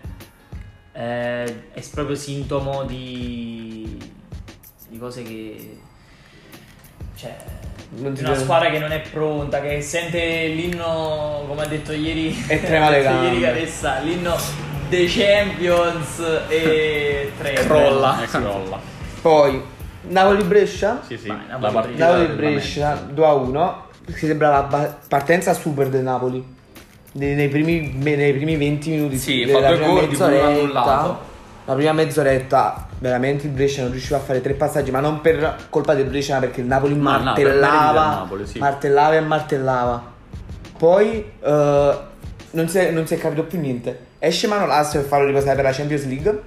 È proprio sintomo di cose che... Cioè... Non di ti una devo- squadra che non è pronta, che sente l'inno, come ha detto ieri, E trema le gambe. ieri Caressa, l'inno dei Champions e trema. Crolla. Crolla. Poi Napoli-Brescia. Sì, sì. Vai, La Napoli- partita Napoli-Brescia 2-1. Che sembrava partenza super del Napoli. Nei primi 20 minuti Sì, della fa 2 prima gol di cui uno mezz'oretta. annullato. La prima mezz'oretta veramente il Brescia non riusciva a fare 3 passaggi, ma non per colpa del Brescia, ma perché il Napoli Ma no, per meriti martellava, del Napoli, sì. martellava e martellava. Poi non si è capito più niente. Esce Manolas per farlo riposare per la Champions League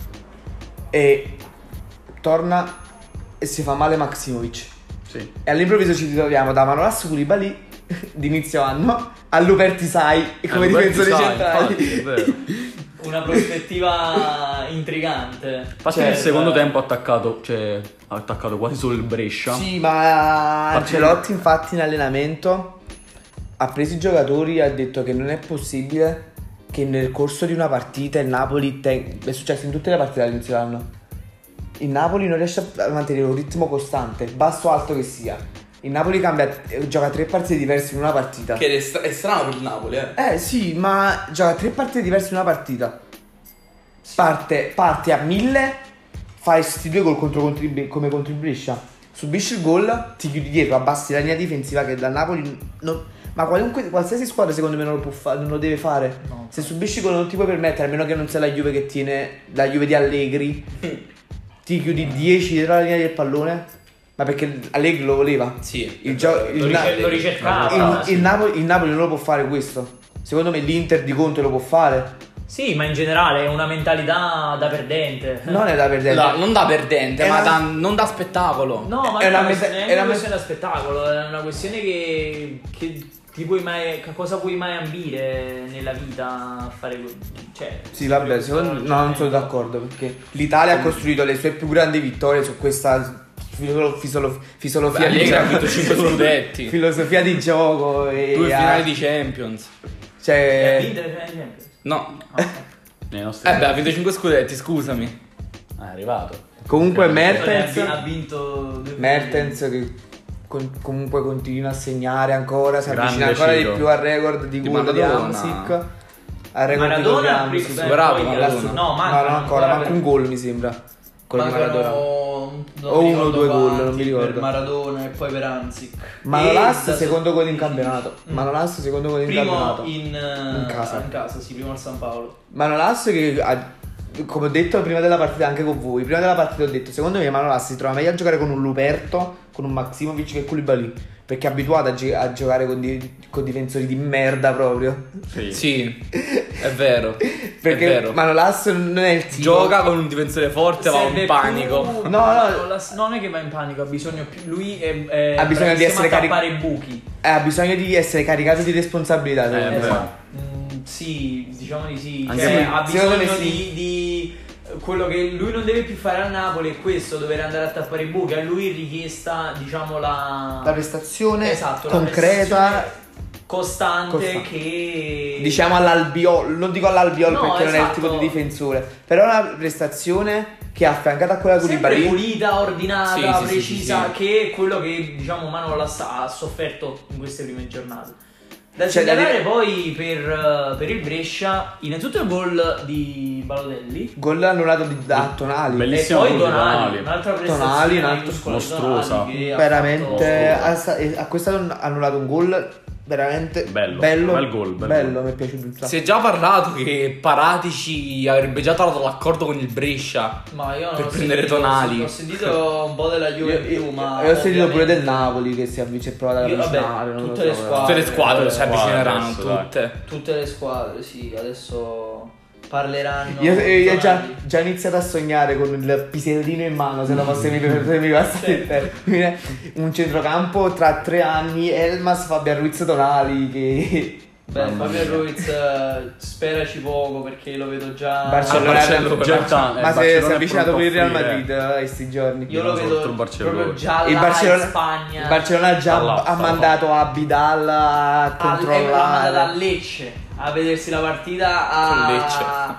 e torna e si fa male Maximovic. Sì. E all'improvviso ci ritroviamo da Manolas Koulibaly di inizio anno a Luperti Sai come difensori centrali. Infatti, è vero. Una prospettiva intrigante. Infatti Cioè, nel secondo tempo ha attaccato quasi solo il Brescia. Sì, ma Ancelotti infatti in allenamento ha preso i giocatori e ha detto che non è possibile che nel corso di una partita il Napoli è successo in tutte le partite dall'inizio dell'anno. Il Napoli non riesce a mantenere un ritmo costante, basso o alto che sia. Il Napoli gioca 3 partite diverse in una partita. Che è strano per il Napoli, Sì, ma gioca 3 partite diverse in una partita. Parte a 1000, fai sti 2 gol come contro il Brescia. Subisci il gol, ti chiudi dietro, abbassi la linea difensiva che da Napoli ma qualsiasi squadra secondo me non lo può fare, non lo deve fare. No. Se subisci gol non ti puoi permettere, a meno che non sia la Juve che tiene la Juve di Allegri. Ti chiudi 10 dietro la linea del pallone. Ma perché Allegri lo voleva. Sì. Lo ricercava. Il Napoli non lo può fare questo. Secondo me l'Inter di Conte lo può fare. Sì, ma in generale è una mentalità da perdente. Non è da perdere. Non da perdente, È ma una- non da spettacolo. No, ma È una non meta- è è una una questione da spettacolo, è una questione che ti puoi mai, che cosa puoi mai ambire nella vita a fare cioè, Sì, vabbè, secondo no, non sono d'accordo perché l'Italia ha costruito le sue più grandi vittorie su questa filosofia Allegri ha vinto 5 scudetti, filosofia di gioco e 2 finali di Champions. Ha cioè vinto le finali di Champions. No. Nei nostri Beh, ha vinto 5 scudetti, scusami. è arrivato. comunque Ha Mertens vinto 2 Mertens che comunque continua a segnare ancora, si Grande avvicina ancora Ciro. di più al record di Di gol di Maradona. Hamsik, al record Maradona di Hamsik. bravo, poi- Maradona. No, No, ancora manca un gol mi sembra. Quello di Maradona. o uno o due gol, non mi ricordo. Per Maradona e poi per Hamsik. Manolas E secondo gol in sì, campionato. sì. Manolas secondo gol in Primo campionato. in casa. In casa, sì, primo al San Paolo. Manolas che come ho detto prima della partita anche con voi, prima della partita ho detto secondo me Manolas si trova meglio a giocare con un Luperto, con un Maximovic che Koulibaly, perché è abituato a giocare con difensori di merda proprio. Sì, è vero. Perché è vero. Manolas non è il tipo. Gioca con un difensore forte, va Serve in panico. più- No, non è che va in panico, ha bisogno più. Lui Ha bisogno di essere a tappare i buchi. Ha bisogno di essere caricato di responsabilità. secondo me. vero. Sì, diciamo di sì. Anche Cioè, perché- ha secondo bisogno me sì. di quello che lui non deve più fare a Napoli è questo, dover andare a tappare i buchi. A lui è richiesta, diciamo, La prestazione esatto, la concreta. prestazione costante che Diciamo all'Albiol, non dico all'Albiol No, perché non è il esatto. tipo di difensore, però è una prestazione che ha affiancato a quella sempre Koulibaly. pulita, ordinata, Sì, sì, precisa, sì, sì. che è quello che diciamo Manolas ha sofferto in queste prime giornate. Da Cioè, segnalare poi per il Brescia, innanzitutto il gol di Balotelli Gol annullato da Tonali. Bellissimo. e poi gol di Tonali, Tonali. un'altra prestazione Tonali, un altro maiuscola di mostruosa. Tonali che ha Veramente fatto- a questo ha annullato un gol veramente Bello, bello, bel gol, bel bello, gol. mi è piaciuto un sacco. Si è già parlato che Paratici avrebbe già trovato l'accordo con il Brescia. Ma io non Per ho prendere sentito- Tonali. Ho sentito un po' della Juve in più, ma E ho sentito pure ovviamente- del Napoli che si è provato ad Io, vabbè, avvicinare, non lo tutte so, le però. squadre. Tutte le squadre si avvicineranno, adesso, dai. tutte. Tutte le squadre, sì, adesso parleranno. Io già, Tonali. già ho iniziato a sognare con il piselino in mano, se lo fosse mi basta il termine. Un centrocampo tra 3 anni, Elmas, Fabian Ruiz, Tonali che... Beh, Mamma Fabio mia. Ruiz speraci poco perché lo vedo già. Barcellona. Barcellona. Ma si è avvicinato pure il Real Madrid in questi giorni. Io lo Non vedo sotto il Barcellona. proprio già Il là Barcellona, in Spagna. il Barcellona già Sta là, ha sta là. mandato Abidal a l'ha mandato a controllare. Lecce a vedersi la partita Con Lecce.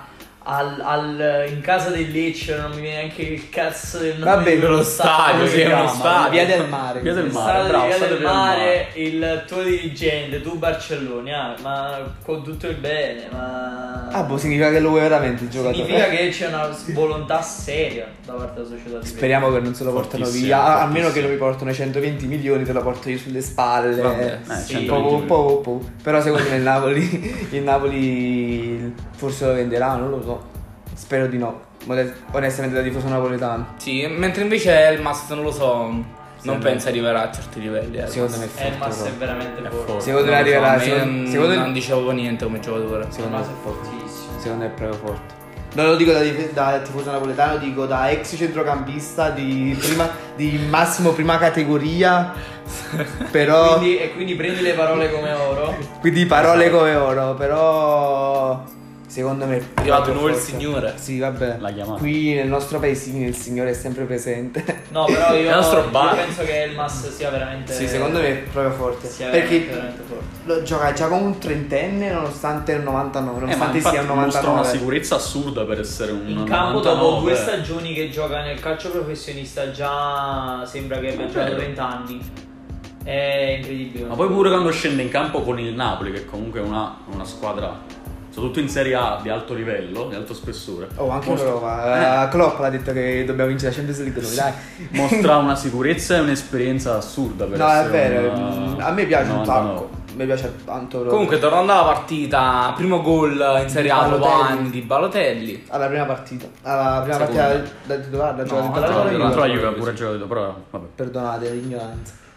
in casa del Lecce, non mi viene neanche il cazzo del nome Vabbè, dello Lo stadio, si sì, è uno chiama? stadio. Via del Mare. Via del Il Mare, stadio bravo, di Via stadio del Via del Mare, il tuo dirigente, tu Barcellona, ma con tutto il bene, ma Ah, boh, significa che lo vuoi veramente il giocatore. significa che c'è una volontà seria da parte della società di Speriamo che non se lo portano Fortissimo, via. fortissimo. Almeno che non mi portano i 120 milioni, te lo porto io sulle spalle. Vabbè, sì. 120 Po. Però secondo me il Napoli forse lo venderà, non lo so. Spero di no. Onestamente da tifoso napoletano. Sì, mentre invece Elmas, non lo so, non Sì, penso arriverà a certi livelli. Elmas. Secondo me è forte. Elmas è proprio. veramente È forte. forte. Secondo me Non lo so, arriverà, a me secondo- non dicevo niente come giocatore. Secondo me Elmas è fortissimo. Secondo me è proprio forte. Non lo dico da tifoso napoletano, dico da ex centrocampista di massimo prima categoria. Però Quindi prendi le parole come oro. quindi parole come oro, però secondo me È arrivato proprio nuovo il forte. signore. Sì, vabbè. La chiamata. Qui nel nostro paesino il signore è sempre presente. No, però io, Il nostro io bar. penso che Elmas sia veramente. Sì, secondo me è proprio forte. sia Perché veramente forte. lo gioca già come un trentenne nonostante il 99, ma nonostante infatti sia un mostra una 99. sicurezza assurda per essere un In campo dopo 2 99. stagioni che gioca nel calcio professionista già sembra che abbia giocato 20 anni. È incredibile. Ma poi pure quando scende in campo con il Napoli, che comunque è una squadra soprattutto in Serie A di alto livello, di alto spessore. Oh, anche mostra, Europa. Klopp l'ha detto che dobbiamo vincere la Champions League noi, dai. mostra una sicurezza e un'esperienza assurda per No, è essere vero. una- A me piace un 99. sacco. A me piace tanto proprio. Comunque, tornando alla partita, primo gol in Serie A dopo Balotelli. anni di Balotelli. alla prima partita. Alla prima Seconda. partita da titolare, da giocare No, titolare. alla Contro la Juve. Juve ha pure giocato, però vabbè. Perdonate l'ignoranza.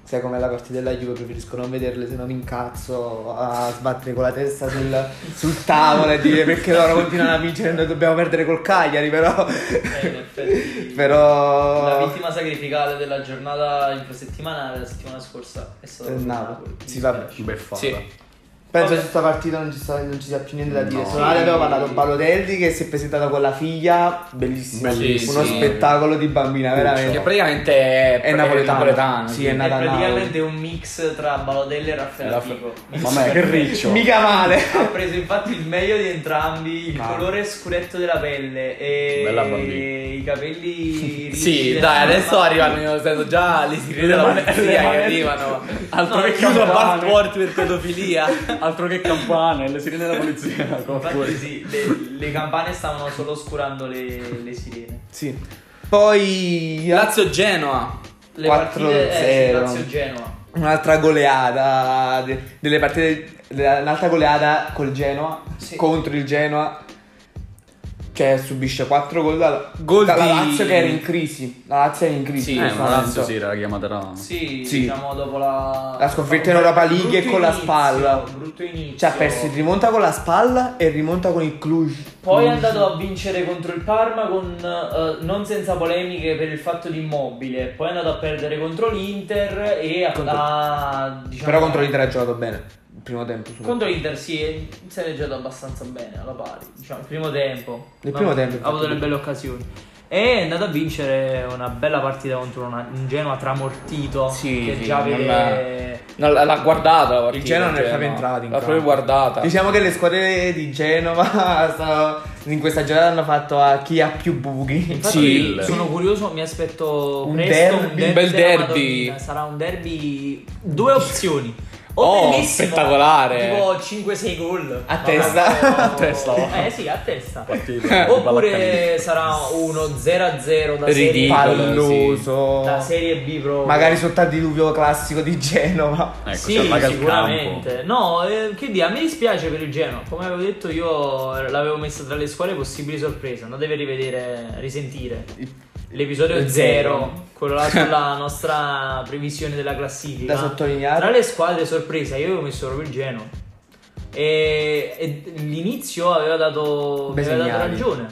sai come la partita della Juve, preferisco non vederle, se no mi incazzo a sbattere con la testa sul tavolo e dire perché loro continuano a vincere e noi dobbiamo perdere col Cagliari, però In effetti, però la vittima sacrificata della giornata infrasettimanale la settimana scorsa è stata il proprio Napoli. Mi Sì, vabbè. dispiace. Beffata. Sì. penso Vabbè. che su sta partita non ci sia più niente da dire. No. Solare abbiamo parlato Balotelli che si è presentato con la figlia, bellissimo, Bellissimo. uno spettacolo di bambina, veramente. Che praticamente È napoletano. Sì, è È nata a Napoli. praticamente un mix tra Balotelli e Raffaele Fico. Vabbè, che riccio. Mica male. Ha preso infatti il meglio di entrambi, il colore scuretto della pelle e Bella bambina. i capelli Sì, ricci dai, della adesso mamma. arrivano, sento già le sirene della polizia che arrivano. Altro No, che Chiuso campane. passport per pedofilia. Altro che campane, le sirene della polizia. Infatti sì, le campane stavano solo oscurando le sirene. Sì. Poi Lazio-Genoa. Le partite 4-0. Lazio-Genoa. un'altra goleata delle partite, un'altra goleata col Genoa, Sì. contro il Genoa, che subisce 4 gol Gol dalla di- Lazio che era in crisi. La Lazio era in crisi. Sì, in questo Una momento. Lazio sì, era chiamata da... Sì, Sì. diciamo dopo la sconfitta in Europa League e con la spalla. Brutto inizio. Cioè ha perso, rimonta con la spalla e rimonta con il Cluj. Poi è andato a vincere contro il Parma con non senza polemiche per il fatto di Immobile. Poi è andato a perdere contro l'Inter e diciamo, Però contro l'Inter ha giocato bene. Il primo tempo. contro l'Inter sì, si è giocato abbastanza bene alla pari. Diciamo, il primo tempo. Il primo tempo, Ha avuto infatti. delle belle occasioni. E è andato a vincere una bella partita contro un Genoa tramortito. Sì, che sì, già non vede. No, l'ha guardata la partita. Il Genoa non è Genoa. proprio entrato in L'ha campo. proprio guardata. Diciamo che le squadre di Genova in questa giornata hanno fatto a chi ha più buchi. Infatti Sì. sono curioso, mi aspetto Un presto derby, un bel della derby. Madonnina. Sarà un derby, due opzioni. O Oh, bellissimo, spettacolare. tipo 5-6 gol A testa. A testa. Sì, a testa. Partita. Oppure sarà uno 0-0 da serie, Ridicolo. Palloso. da serie B proprio. Magari sotto al diluvio classico di Genova. Ecco, Sì, si allaga il sicuramente. No, che dire, mi dispiace per il Genoa. Come avevo detto io l'avevo messa tra le squadre possibili sorprese. Andatevi a rivedere, risentire l'episodio Il 0, quello là sulla nostra previsione della classifica. Da sottolineare. Tra le squadre sorprese io avevo messo proprio il Genoa. E l'inizio aveva dato, Bei mi aveva dato segnali. ragione.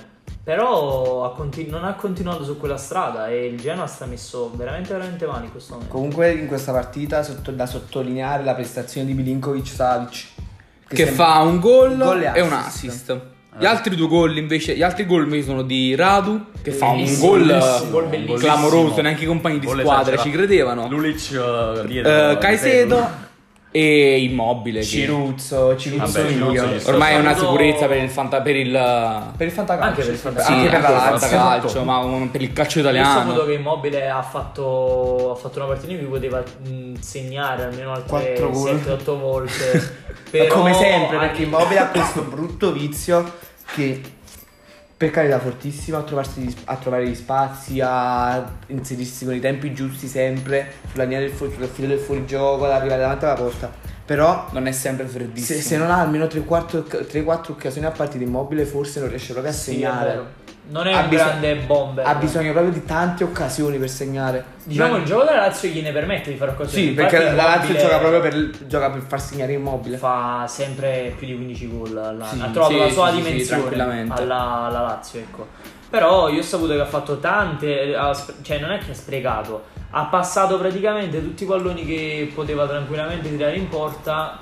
Però non ha continuato su quella strada e il Genoa sta messo veramente male in questo momento. Comunque in questa partita da sottolineare la prestazione di Milinkovic-Savic. Che fa un gol, Gol e e un assist. assist. Gli altri due gol invece, gli altri gol invece sono di Radu che fa un Bellissimo, gol bellissimo, gol bellissimo. clamoroso, neanche i compagni di Gol squadra ci esagerato. credevano. Lulic dietro. Caicedo e Immobile che Ciruzzo Vabbè, io. Ciruzzo ci sta. ormai è una Saluto- sicurezza per il Per il fantacalcio. Anche per il fantacalcio. sì, Anche per la anche Lazio. fantacalcio, ma per il calcio Io ho saputo italiano. che Immobile ha fatto una partita in cui poteva segnare almeno altre 4 gol. 7-8 volte. Ma Però come sempre, anche- perché Immobile ha questo brutto vizio che, per carità, fortissimo a trovare gli spazi, a inserirsi con i tempi giusti sempre sulla linea sul filo del fuorigioco, ad arrivare davanti alla porta. Però Non è sempre freddissimo. se non ha almeno 3-4 occasioni a partita, Immobile forse non riesce proprio a Sì, è segnare. vero. Non è Ha un bisogno- grande bomber. Ha bisogno proprio di tante occasioni per segnare. Diciamo Non- il gioco della Lazio gliene permette di fare occasioni. Sì, Infatti perché la Lazio Immobile gioca proprio per far segnare Immobile. fa sempre più di 15 gol. Sì, ha trovato sì, la sua sì, sì, dimensione tranquillamente. alla Lazio, ecco. Però io ho saputo che ha fatto tante, cioè non è che ha sprecato, ha passato praticamente tutti i palloni che poteva tranquillamente tirare in porta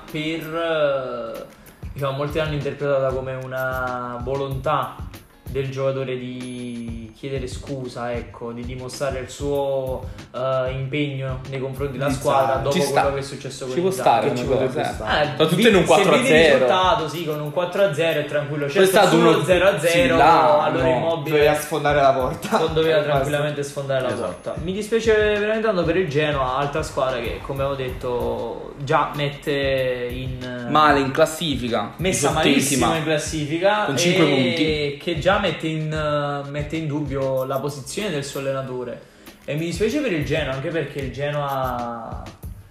per, diciamo, molti l'hanno interpretata come una volontà del giocatore di chiedere scusa, ecco, di dimostrare il suo impegno nei confronti della Di squadra stare. dopo Ci sta. quello che è successo con Ci può Inzaghi. stare Che ci una potrebbe cosa, stare. Sono tutte in un Se vedi il 4-0. risultato, sì, con un 4-0 è tranquillo. C'è Certo, stato solo uno 0-0, sì, là, allora no. Immobile Doveva sfondare la porta. non doveva Basta. tranquillamente sfondare la Esatto. porta. Mi dispiace veramente tanto per il Genoa, altra squadra che, come avevo detto, già mette in Male in classifica, messa 18esima. malissimo in classifica Con 5 e punti. che già mette in dubbio la posizione del suo allenatore. E mi dispiace per il Genoa, anche perché il Genoa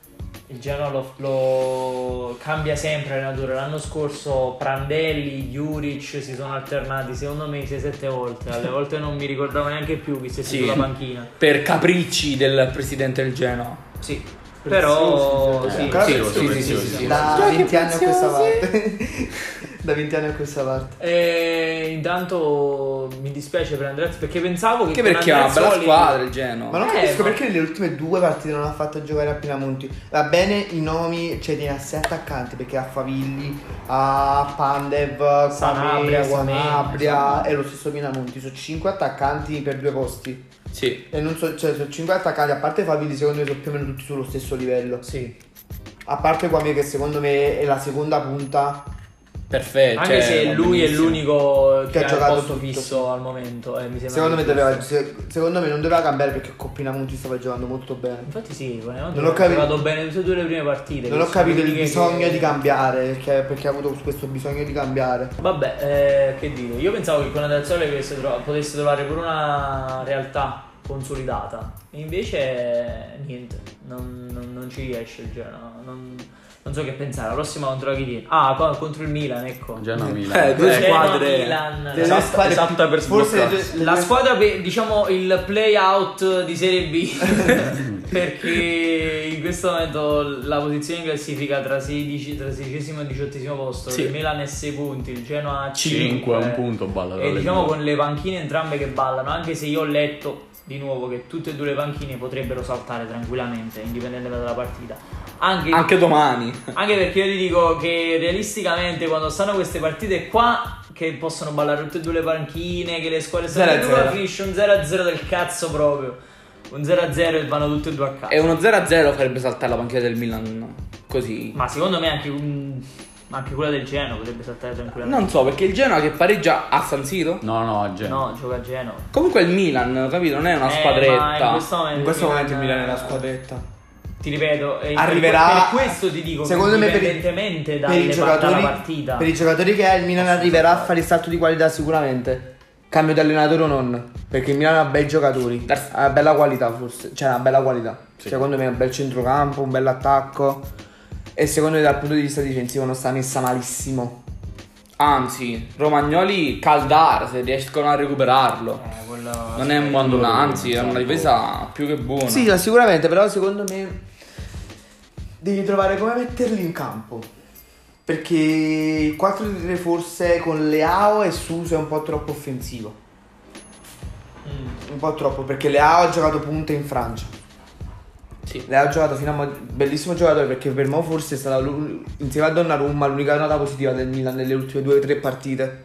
lo cambia sempre allenatore. L'anno scorso Prandelli, Juric si sono alternati secondo me 6-7 volte. Alle volte non mi ricordavo neanche più chi stesse Sì. sulla panchina. Per capricci del presidente del Genoa. Sì. Però sì, Ancora sì, preziosi. sì. Da Giochi 20 anni a questa preziosi. parte. Da 20 anni a questa parte. E intanto mi dispiace per Andreazzoli perché pensavo che Anche con perché è una bella Andreazzoli- squadra il Genoa. Ma non capisco ma- perché nelle ultime 2 partite non ha fatto giocare a Pinamonti. Va bene i nomi, cioè tiene a 6 attaccanti perché ha Favilli, a Pandev, Sanabria, Guamè, Sanabria insomma. e lo stesso Pinamonti. Sono 5 attaccanti per 2 posti. Sì. E non so, cioè sono 5 attaccanti, a parte Favilli secondo me sono più o meno tutti sullo stesso livello. Sì. A parte Guamè che secondo me è la seconda punta. Perfetto. Anche se lui è benissimo. l'unico che ha ha il giocato posto tutto, fisso sì. al momento. Mi sembra Secondo me, giusto. secondo me non doveva cambiare perché con Pinamonti stava giocando molto bene. Infatti sì, Pinamonti Non ho ha capito- giocato bene tutte e due le prime partite. Non che ho capito sono il quelle bisogno che- di cambiare perché ha avuto questo bisogno di cambiare. Vabbè, che dire, io pensavo che con Andreazzoli potesse trovare pure una realtà consolidata. E invece niente, non ci riesce il Genoa. Non so che pensare. La prossima contro chi viene? Ah, contro il Milan, ecco. Genoa-Milan. Due Genoa, squadre. Milan. Le due Esatta- squadre- esatta per forse sbloccarsi. La squadra per, diciamo, il play out di Serie B perché in questo momento la posizione in classifica tra 16esimo e 18esimo posto, Sì. il Milan è 6 punti, il Genoa ha 5, un punto balla e dalle diciamo due. con le panchine entrambe che ballano, anche se io ho letto di nuovo che tutte e due le panchine potrebbero saltare tranquillamente indipendentemente dalla partita, Anche domani. anche perché io ti dico che realisticamente quando stanno queste partite qua che possono ballare tutte e due le panchine, che le squadre stanno 0-0. finisce un 0-0 del cazzo proprio. Un 0-0 e vanno tutte e due a casa. E uno 0-0 farebbe saltare la panchina del Milan. Così. Ma secondo me anche quella del Genoa potrebbe saltare tranquillamente. Non so, perché il Genoa che pareggia a San Siro. No, a Genoa. No, gioca a Genoa. Comunque il Milan, capito? Non è una Ma squadretta. in questo momento, In questo momento il Milan è una squadretta. Ti ripeto, e Arriverà. per questo ti dico secondo me indipendentemente per i dalla giocatori, partita. per i giocatori che ha il Milan arriverà a fare il salto di qualità sicuramente. Cambio di allenatore o non. Perché il Milan ha bei giocatori. Ha una bella qualità forse. Cioè una bella qualità. Sì. Secondo me è un bel centrocampo, un bel attacco. E secondo me dal punto di vista difensivo non sta messa malissimo. Anzi, Romagnoli caldare se riescono a recuperarlo. Quella- Non è Quando lo anzi, è recuperano, una difesa più che buona. Sì, sicuramente, però secondo me devi trovare come metterli in campo. Perché il 4-3 forse con Leao e Suso è un po' troppo offensivo. Un po' troppo, perché Leao ha giocato punta in Francia. Sì. Leao ha giocato fino a bellissimo giocatore perché per me forse è stata insieme a Donnarumma l'unica nota positiva del Milan nelle ultime 2 o 3 partite.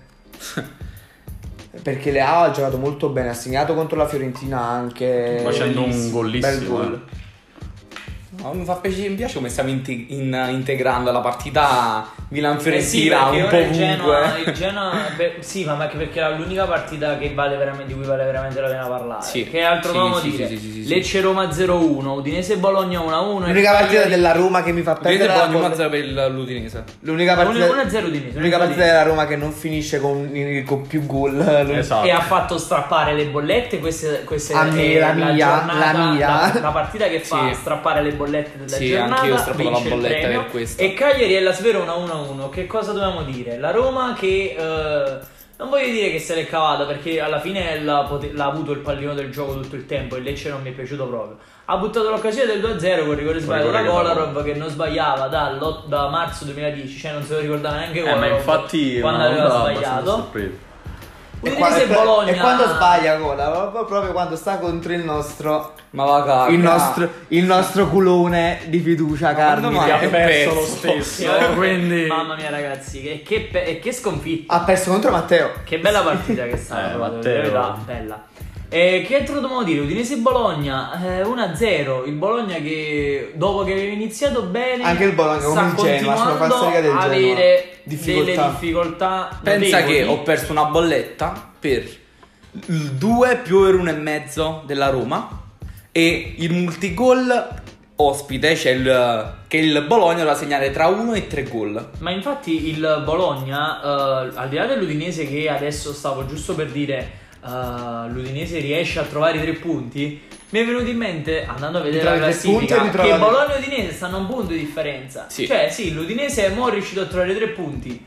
Perché Leao ha giocato molto bene, ha segnato contro la Fiorentina anche. Facendo un Bellissimo, gollissimo, bel gol. No, mi fa piacere, mi piace come stiamo integrando la partita Milan-Fiorentina perché un ora po' il Genoa, ovunque. sì, ma anche perché è l'unica partita che di cui vale veramente la pena parlare. Sì. Che altro Sì, dobbiamo sì, dire? sì. Lecce-Roma 0-1, Udinese-Bologna 1-1. L'unica partita della Roma che mi fa Udinese perdere la Bologna bolla- 1-0 per l'Udinese. L'unica partita 1-0 Udinese. L'unica partita della Roma che non finisce con più gol. Esatto. E ha fatto strappare le bollette. Queste A me, è la mia, giornata, la mia. La partita che fa Sì. strappare le bollette della Sì, giornata. anch'io ho strappato la vince il bolletta premio. per questo. E Cagliari e la Sverona 1-1. Che cosa dobbiamo dire? La Roma che non voglio dire che se l'è cavata perché alla fine l'ha avuto il pallino del gioco tutto il tempo. Il Lecce non mi è piaciuto proprio. Ha buttato l'occasione del 2-0 con il rigore sbagliato da rigore che Kolarov che non sbagliava da marzo 2010, cioè non se lo ricordava neanche Ma Kolarov infatti quando una aveva onda abbastanza sbagliato. sorpresa. Udinese e Bologna. E quando sbaglia Cola, proprio quando sta contro il nostro Ma va caga. il nostro culone di fiducia, quando Carmine. mai Ha è perso lo perso? stesso, quindi Mamma mia ragazzi, che sconfitta. Ha perso contro Matteo. Che bella partita che è stata, Matteo. in verità, bella. Che altro dobbiamo dire? Udinese e Bologna 1-0. Il Bologna che dopo che aveva iniziato bene Anche il Bologna, sta come il Genoa, sulla continuando falsariga del a Genoa. avere Difficoltà. delle difficoltà Pensa notevoli. che ho perso una bolletta per il 2 più over 1,5 della Roma e il multigol ospite, cioè che il Bologna doveva segnare tra 1 e 3 gol. Ma infatti il Bologna, al di là dell'Udinese che adesso stavo giusto per dire, l'Udinese riesce a trovare i 3 punti, mi è venuto in mente, andando a vedere la Ritrova i 3 punti classifica, e ritrova che le- Bologna e Udinese stanno a un punto di differenza. Sì. Cioè sì, l'Udinese è mo' riuscito a trovare i 3 punti,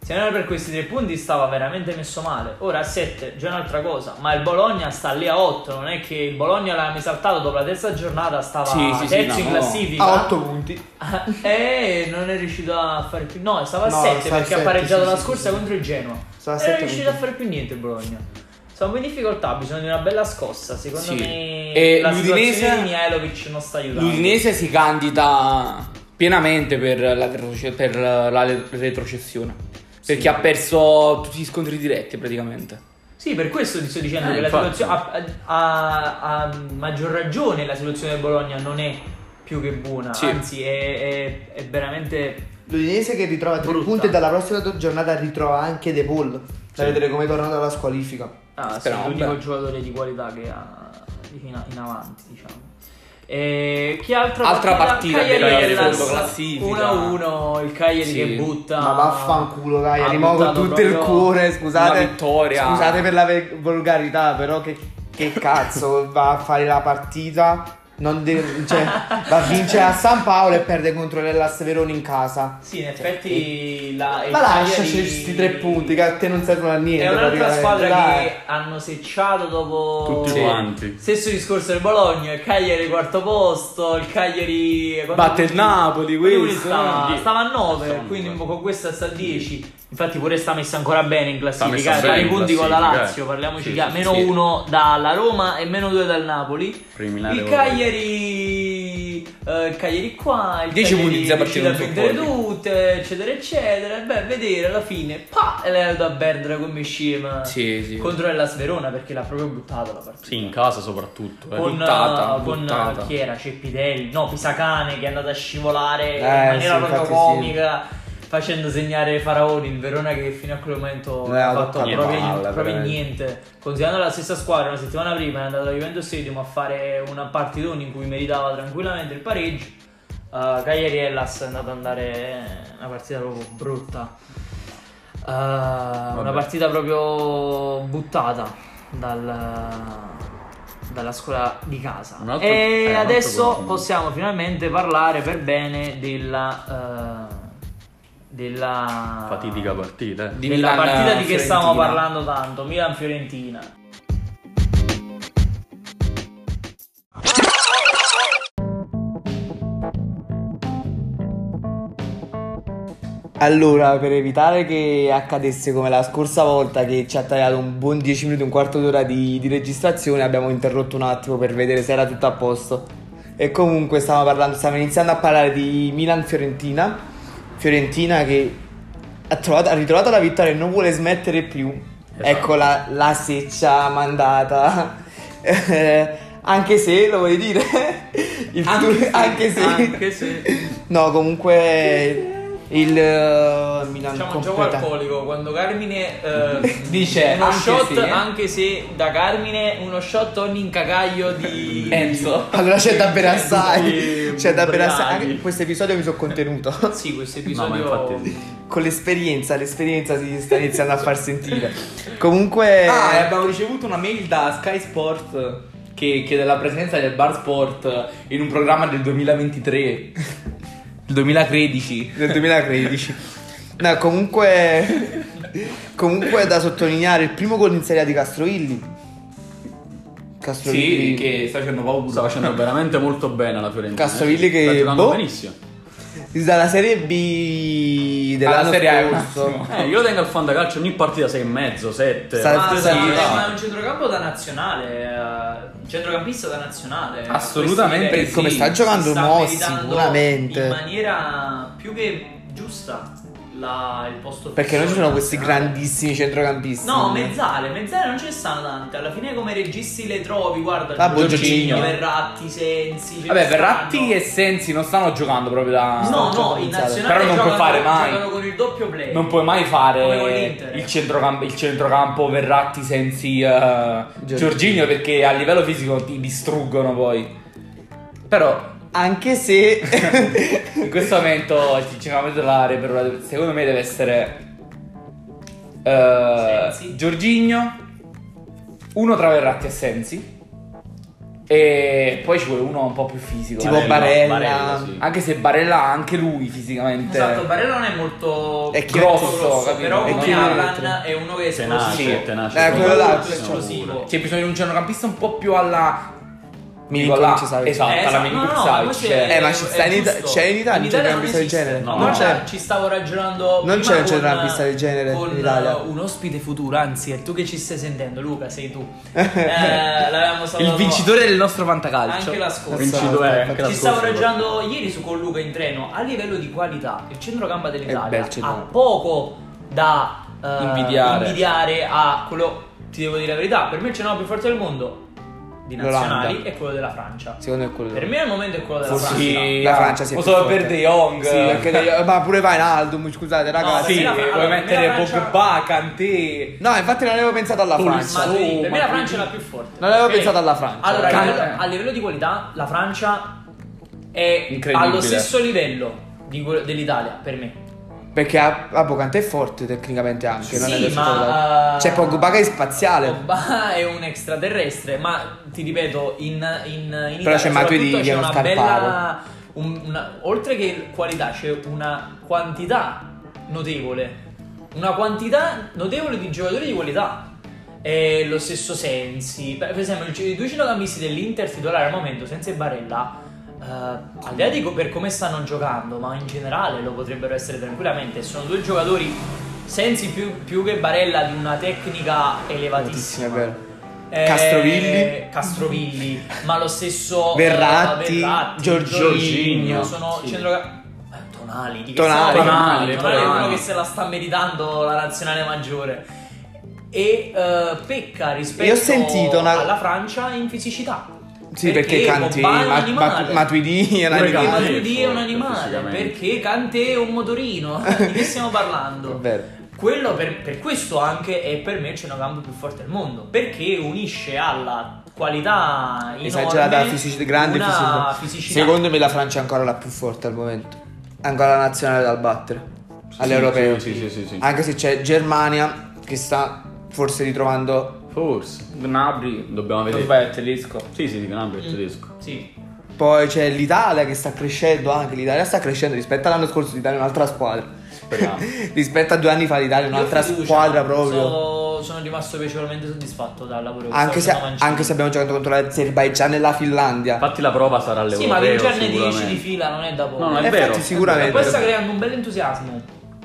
Se non era per questi 3 punti stava veramente messo male. Ora a 7 già è un'altra cosa. Ma il Bologna sta lì a 8. Non è che il Bologna l'aveva esaltato dopo la terza giornata. Stava terzo in classifica. A 8 punti. E non è riuscito a fare più. No, stava a No, 7 stava a perché ha 7, pareggiato sì, la sì, scorsa sì. contro il Genoa. Stava a Non è 7 riuscito a punti. fare più niente il Bologna. Siamo in difficoltà, ha bisogno di una bella scossa. Secondo Sì. me E la l'Udinese- situazione di Mihajlovic non sta aiutando. L'Udinese si candida pienamente per la retrocessione. Perché ha perso tutti gli scontri diretti praticamente. Sì, per questo ti sto dicendo che la infatti. situazione ha maggior ragione la situazione del Bologna non è più che buona, Sì. anzi è veramente L'Udinese che ritrova 3 brutta. punti e dalla prossima giornata ritrova anche De Paul. Da Sì. vedere come torna dalla squalifica. sì, Speriamo l'unico bene. giocatore di qualità che ha in avanti, diciamo. E chi altra Altra partita Cagliari della Hellas, seconda classifica. 1-1, il Cagliari Sì. che butta. Ma vaffanculo, dai, ha animo con buttato tutto il proprio- cuore. Scusate. Una vittoria. Scusate per la volgarità, però che cazzo va a fare la partita? Cioè, va a vincere a San Paolo e perde contro l'Hellas Verona in casa. Sì, in effetti il Ma lasciaci Cagliari- questi 3 punti che a te non servono a niente. È un'altra praticamente. squadra Dai. che hanno secciato dopo Tutti Sì. quanti. stesso discorso del Bologna, il Cagliari quarto posto, il Cagliari Batte il Napoli, questo. stava a 9, Stava a quindi 9. con questa sta a 10. Infatti pure sta messa ancora bene in classifica, messa bene pari in punti con la classifica, Lazio, parliamoci Sì, chiaro, sì, meno sì. 1 dalla Roma e meno 2 dal Napoli. Preliminare Il Cagliari qua, il 10 Cagliari punti, sei riuscito a partito vincere fuori. tutte, eccetera eccetera. Beh, vedere alla fine e l'è andato a perdere come scema Sì. contro l'Hellas Verona perché l'ha proprio buttato la partita. Sì, in casa soprattutto. Con, buttata. con chi era? Ceppidelli, no, Pisacane che è andato a scivolare in sì, maniera proprio infatti sì. comica, facendo segnare Faraoni, il Verona che fino a quel momento Non ha aveva fatto toccato proprio, palla, proprio veramente. niente. Considerando la stessa squadra, una settimana prima è andato a Juventus Stadium a fare una partitone in cui meritava tranquillamente il pareggio. Cagliari Hellas è andato ad andare una partita proprio brutta. Una partita proprio buttata dalla scuola di casa. Un altro- E un altro adesso continuo. possiamo finalmente parlare per bene della Fatidica partita. Di della Milan, partita di che stavamo Fiorentina. parlando tanto, Milan-Fiorentina. Allora, per evitare che accadesse come la scorsa volta che ci ha tagliato un buon 10 minuti, un quarto d'ora di registrazione, abbiamo interrotto un attimo per vedere se era tutto a posto. E comunque stavamo iniziando a parlare di Milan-Fiorentina. Fiorentina che ha ritrovato la vittoria e non vuole smettere più. Esatto. Ecco la seccia mandata. Anche se, lo vuoi dire? Anche se. No, comunque il Milan Diciamo un gioco completa. alcolico quando Carmine Dice uno anche shot, se- anche se da Carmine uno shot ogni incagaglio di Enzo. Allora c'è da bere Tutti assai. C'è da bere assai. ubriachi. Anche in questo episodio mi sono contenuto. Sì, questo No, ma episodio infatti sì. Con l'esperienza si sta iniziando a far sentire. Comunque Abbiamo ricevuto una mail da Sky Sport che chiede la presenza del Bar Sport in un programma del 2023. Il 2013. del 2013. No, comunque è da sottolineare il primo gol in Serie A di Castrovilli. Sì, che sta facendo paura. Sta facendo veramente molto bene la Fiorentina. Castrovilli che- sta giocando boh. benissimo. Dalla Serie B Alla dell'anno Serie A un scorso. attimo. Io lo tengo al fantacalcio ogni partita 6,5, 7. Sta- Ma sta- è un centrocampo da nazionale, un centrocampista da nazionale. Assolutamente A questi sì. Come sta livelli giocando si sta Mo meritando sicuramente. in maniera più che giusta il posto Perché non ci fisso sono in questi nazionale. grandissimi centrocampisti. No, mezzale non ce ne stanno tante. Alla fine come registi le trovi, guarda, Vabbè, Jorginho, Jorginho. Verratti, Sensi. ce Vabbè, ne Verratti stanno. e Sensi non stanno giocando proprio da. No, in nazionale Però non puoi fare mai. giocano con il doppio play. Non puoi mai Come con fare l'Inter. il centrocampo Verratti, Sensi, Jorginho perché a livello fisico ti distruggono poi. Però Anche se in questo momento il centrocampo titolare secondo me deve essere Sensi. Jorginho, uno tra Verratti e Sensi E poi ci vuole uno un po' più fisico. Tipo Barella. sì. Anche se Barella anche lui fisicamente. Esatto, Barella non è molto È grosso, capito? però È come chiaro. Alan è uno che è Tenace, esplosivo. tenace. quello là, molto esplosivo. C'è bisogno di un centrocampista un po' più alla Milinkovic, sai. esatto, alla Esatto, Milinkovic no, Savic. questo è- Ma ci sta è in Ita- giusto. c'è in Italia un centrocampista del esiste. genere? No, Non c'è. Ci stavo ragionando Non prima c'è un con- centrocampista del genere con in Italia. un ospite futuro, anzi è tu che ci stai sentendo, Luca, sei tu. L'avevamo Il salutato vincitore del nostro fantacalcio. anche la scorsa. Vincitore, anche la Ci stavo scorsa. ragionando ieri con Luca in treno. A livello di qualità, il centrocampo dell'Italia bel ha centrocampo. poco da Invidiare. a quello. Ti devo dire la verità, per me il centrocampo più forte del mondo di nazionali L'Olanda. è quello della Francia. Secondo me è quello. Per me al momento è quello della Forse Francia. Sì, La Francia si è o più solo forte. per De Jong. Sì, perché ma pure Wijnaldum, scusate ragazzi. Sì, per me la vuoi Allora, mettere per me la Francia- Pogba, Kanté. No, infatti non avevo pensato alla Francia. Ma per me la Matuidi. Francia è la più forte. Non avevo Ok? pensato alla Francia. Allora, Can- a livello di qualità, la Francia è Incredibile. allo stesso livello dell'Italia, per me. Perché Kanté è forte tecnicamente anche. Non è Sì, del ma C'è Pogba che è spaziale. Pogba è un extraterrestre, ma ti ripeto, in Italia c'è Matuidi soprattutto che è c'è uno una bella scarparo. oltre che qualità, c'è una quantità notevole. Una quantità notevole di giocatori di qualità. E lo stesso Sensi. Per esempio, i due centrocampisti dell'Inter titolare al momento, Sensi e Barella, al di là di per come stanno giocando, ma in generale lo potrebbero essere tranquillamente. Sono due giocatori, Sensi più che Barella, di una tecnica elevatissima. È vero. Castrovilli. Ma lo stesso Verratti, Jorginho Jorginho. sono Sì. Tonali, di che Tonali. stiamo parlando? Tonali, Tonali è uno Tonali. che se la sta meritando la nazionale maggiore. E pecca rispetto Io ho sentito alla Francia in fisicità. Sì, perché Kanté, Pogba è un animale. Matuidi è un Pure animale. Kanté. Matuidi è un forte, animale, fisicamente. perché Kanté è un motorino. Di che stiamo parlando? È vero. Quello per questo anche è per me il centrocampo più forte del mondo, perché unisce alla qualità enorme Esagerata, grande una fisicità. Secondo me la Francia è ancora la più forte al momento. È ancora la nazionale da battere all'europeo. Sì. Anche se c'è Germania che sta forse ritrovando. Forse. Gnabry. Dobbiamo vedere. Dov'è il tedesco? Sì, Gnabry è tedesco. Sì. Poi c'è l'Italia che sta crescendo anche. L'Italia sta crescendo rispetto all'anno scorso. L'Italia è un'altra squadra. Speriamo. Rispetto a 2 anni fa l'Italia è un'altra Io ho fiducia, squadra proprio. sono rimasto piacevolmente soddisfatto dal lavoro che Anche sta se, facendo Mancini. anche se abbiamo giocato contro l'Azerbaijan e la Finlandia. Infatti la prova sarà Sì, all'europeo. ma vincerne 10 sicuramente. di fila non è da poco. No, non è Infatti, vero. sicuramente. E poi sta creando un bel entusiasmo.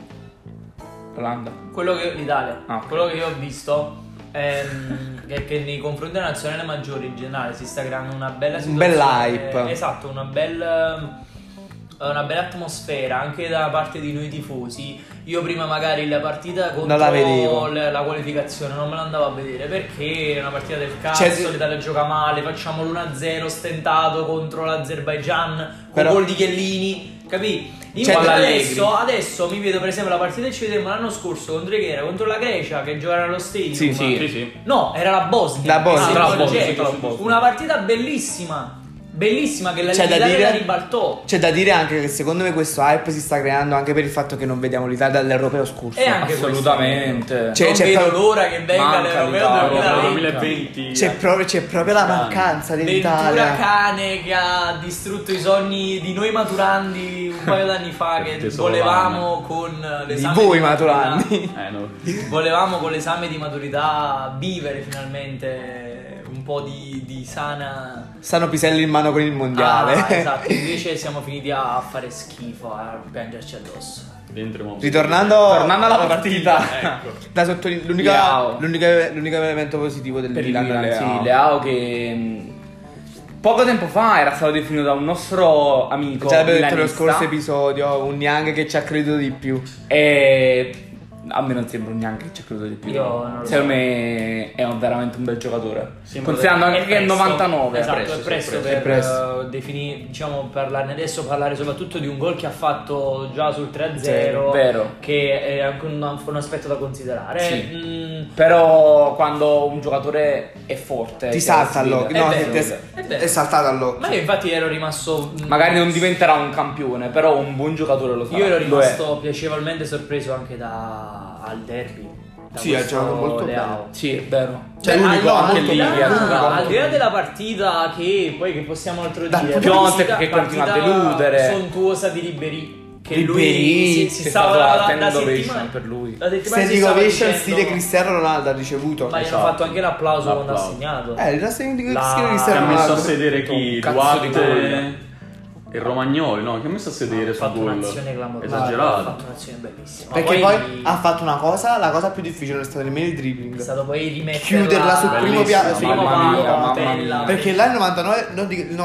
Olanda. Quello che l'Italia, Ah, ok. quello che io ho visto è che nei confronti della nazionale maggiore in generale si sta creando una bella Un situazione. bel hype. Esatto, una bella atmosfera anche da parte di noi tifosi. Io prima magari la partita contro Non la vedevo. la qualificazione non me la andavo a vedere perché è una partita del cazzo, Cioè, l'Italia gioca male, facciamo l'1-0 stentato contro l'Azerbaijan con Però- gol di Chiellini, capì? Cioè, Invece adesso mi vedo per esempio la partita che ci vedemmo l'anno scorso contro chi era? Contro la Grecia che giocava allo Stadium. Sì. Sì. No, era la Bosnia. La Bosnia. Ah, Tra la il Bosnia, progetto. tra la Bosnia. Una partita bellissima. Bellissima che C'è da l'Italia dire- la ribaltò. C'è da dire anche che secondo me questo hype si sta creando anche per il fatto che non vediamo l'Italia dall'europeo scorso. E anche Assolutamente. Cioè, non c'è vedo proprio- l'ora che venga Manca l'Europeo l'Italia, 2020. C'è proprio la mancanza Ventura dell'Italia. cane che ha distrutto i sogni di noi maturandi un paio d'anni fa che Tesoro volevamo con Di l'esame voi maturità. maturandi. No. Volevamo con l'esame di maturità vivere finalmente un po' di sana. Stanno piselli in mano con il mondiale. Ah, esatto, invece siamo finiti a fare schifo, a piangerci addosso. Rientriamo. Tornando alla partita, Ecco. da Leao. l'unico elemento positivo del Per il Milan, Milan, Leao. sì, Leao che poco tempo fa era stato definito da un nostro amico Già l'abbiamo detto nello milanista, scorso episodio, un Niang che ci ha creduto di più. e a me non sembra neanche che ci ha creduto di più. Io non lo Secondo me è veramente un bel giocatore. Sì, Considerando anche che è presto. 99. Esatto, è presto per È definire, diciamo, parlarne adesso, parlare soprattutto di un gol che ha fatto già sul 3-0, vero. che è anche un aspetto da considerare. Sì. Però quando un giocatore è forte Ti salta all'occhio. È No, vero, è vero. saltato all'occhio. Ma io infatti ero rimasto magari non diventerà un campione, però un buon giocatore lo sarà. io ero Lo è. rimasto piacevolmente sorpreso anche al derby Sì, ha giocato molto Leao. Sì, è vero. Cioè, L'unico l'unico anche molto lì bene. che ha giocato. Al di là della partita che possiamo altro Dal dire, punto di vista- partita- che continua a partita deludere. sontuosa di Ribéry, che Ribéry, lui si C'è stava stata da standing settimane ovation per lui. da settimane si standing stava ovation dicendo- stile Cristiano Ronaldo ha ricevuto. ma gli hanno Esatto. fatto anche l'applauso quando ha L'applauso. segnato. La standing La- stile Che Cristiano ha messo a Ronaldo. sedere chi? Un cazzo di Duarte e Romagnoli, no? Che ha messo a sedere Ha sul fatto gol. un'azione clamorosa. Ha Esagerato. fatto un'azione bellissima. Perché Ma poi ha fatto una cosa, la cosa più difficile non è stato nemmeno il è dribbling. stato poi rimetterla Chiuderla sul primo piano. sul primo Mamma mia, palo, mamma bella. mia. Perché là il 99, non dico, il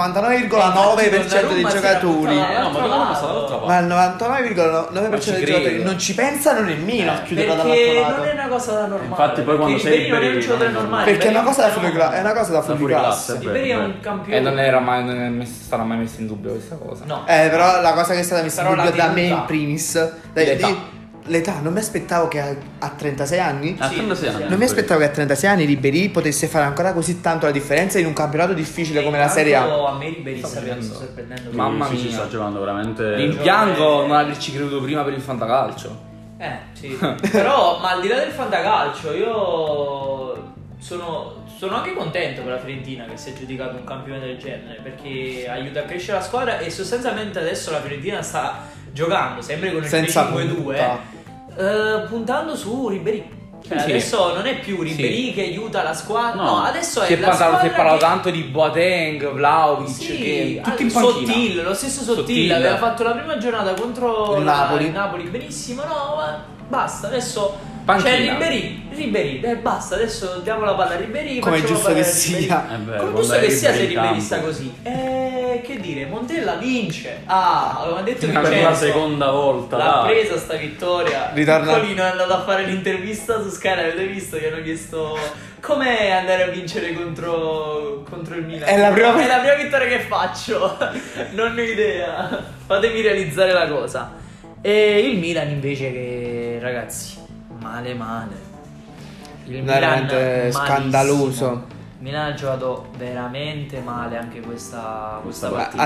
99,9% dei giocatori, No, ma Donnarumma sta dall'altra parte. ma il 99,9% Ma ci dei credo. giocatori non ci pensano nemmeno a chiuderla Perché dall'altro non è lato. una cosa da normale. Infatti poi quando perché sei Ribéry non è un Ribéry giocatore non è normale. Perché è una cosa da Ribéry fuori classe, è una cosa da fuori classe. classe. Ribéry è un E campione. non era mai sarà mai messa in dubbio questa cosa. No. Però la cosa che è stata messa in Però la dubbio da me tenuta. in primis L'età. l'età, non mi aspettavo che a 36 anni A Sì, 36 anni. sì. non mi aspettavo che a 36 anni Ribéry potesse fare ancora così tanto la differenza in un campionato difficile come la Serie A. A me Ribéry sta facendo. sorprendendo. Mamma Sì, mia. sta giocando veramente. Rimpiango non averci creduto prima per il fantacalcio. Sì. Però, ma al di là del fantacalcio, io sono anche contento per la Fiorentina che si è giudicato un campione del genere, perché aiuta a crescere la squadra e sostanzialmente adesso la Fiorentina sta giocando sempre con il Senza 3-5-2, puntando su Ribéry. Cioè, Sì. adesso non è più Ribéry Sì. che aiuta la squadra, No. no, adesso Si è è la parlato, squadra si è parlato che- tanto di Boateng, Vlahovic, Sì, che tutti in panchina. Sottile, lo stesso Sottile Sottile. aveva fatto la prima giornata contro Il Napoli. il Napoli benissimo, no, ma basta, adesso Panchina. c'è Ribéry, basta, adesso diamo la palla a Ribéry, Come è facciamo giusto che parlare Ribéry. sia. Come quando giusto è che sia se Ribéry in Ribéry campo. sta così. Che dire, Montella vince. Aveva detto Per Vincenzo. la seconda volta. L'ha dai. presa sta vittoria. Ritorna- Piccolino è andato a fare l'intervista su Sky, l'avete visto? Gli hanno chiesto com'è andare a vincere contro il Milan. È la prima vittoria che faccio. Non ho idea. Fatemi realizzare la cosa. E il Milan invece che, ragazzi, male. Il Veramente malissimo. scandaloso. Il Milan ha giocato veramente male anche questa partita.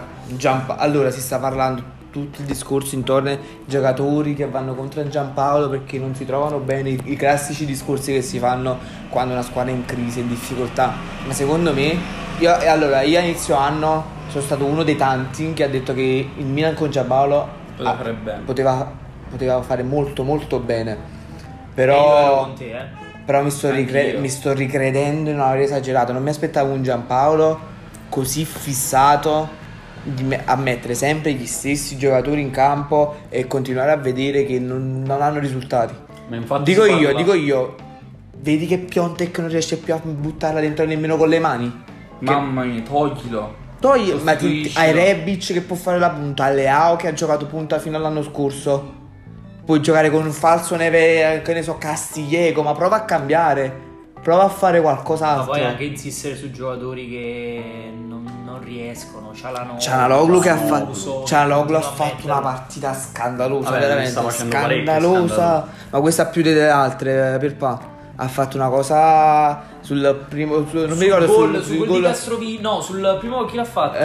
Allora si sta parlando tutto il discorso intorno ai giocatori che vanno contro Giampaolo perché non si trovano bene, i classici discorsi che si fanno quando una squadra è in crisi, in difficoltà. Ma secondo me, io a inizio anno sono stato uno dei tanti che ha detto che il Milan con Giampaolo Poteva fare bene. poteva fare molto molto bene. E io ero Però con te, Però Anch'io. mi sto ricredendo in aver esagerato. Non mi aspettavo un Giampaolo così fissato a mettere sempre gli stessi giocatori in campo e continuare a vedere che non hanno risultati. Ma infatti Dico si io, parla- vedi che Piontek non riesce più a buttarla dentro nemmeno con le mani. Mamma mia, toglilo. Hai Rebic che può fare la punta, Leao che ha giocato punta fino all'anno scorso. Puoi giocare con un falso neve, che ne so, Castillejo, ma prova a cambiare. Prova a fare Ma qualcos'altro. poi anche insistere su giocatori che non riescono. Cianaloglu che ha fatto fatto una partita scandalosa, Vabbè, veramente sta facendo parecchie scandalosa. scandalose. Ma questa più delle altre, Pirpa. Ha fatto una cosa sul primo. Non mi ricordo sul sui gol di gol. Castrovini. No, sul primo chi l'ha fatto?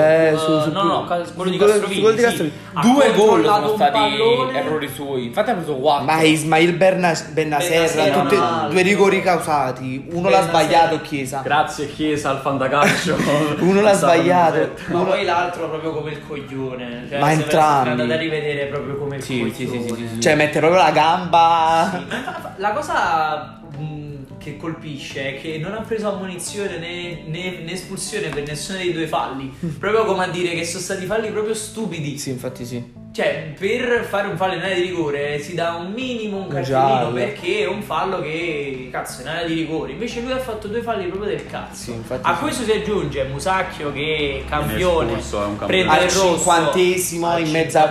quello di sul gol Castrovini. di Castrovini. Ha 2 gol controllato sono un stati pallone. errori suoi. Infatti ha preso 4. Ma Ismail Bennacer, Bennacer, tutti un altro. 2 rigori causati. Uno l'ha Bennacer. sbagliato, Chiesa. Grazie Chiesa al fantacalcio. Uno l'ha Sta sbagliato. facendo Ma poi l'altro proprio come il coglione. Cioè, Ma se entrambi. andate a rivedere proprio come il Sì, coglione. sì. Cioè, mette proprio la gamba. Sì, ma la cosa che colpisce è che non ha preso ammonizione né espulsione per nessuno dei due falli. Proprio come a dire che sono stati falli proprio stupidi. Sì, infatti sì. Cioè, per fare un fallo in area di rigore si dà un minimo un cartellino giallo. perché è un fallo che cazzo è in area di rigore. Invece lui ha fatto 2 falli proprio del cazzo. Sì, infatti A sì. questo si aggiunge Musacchio che è campione. espulso, è un campione. prende Al il rosso 50esimo al in mezzo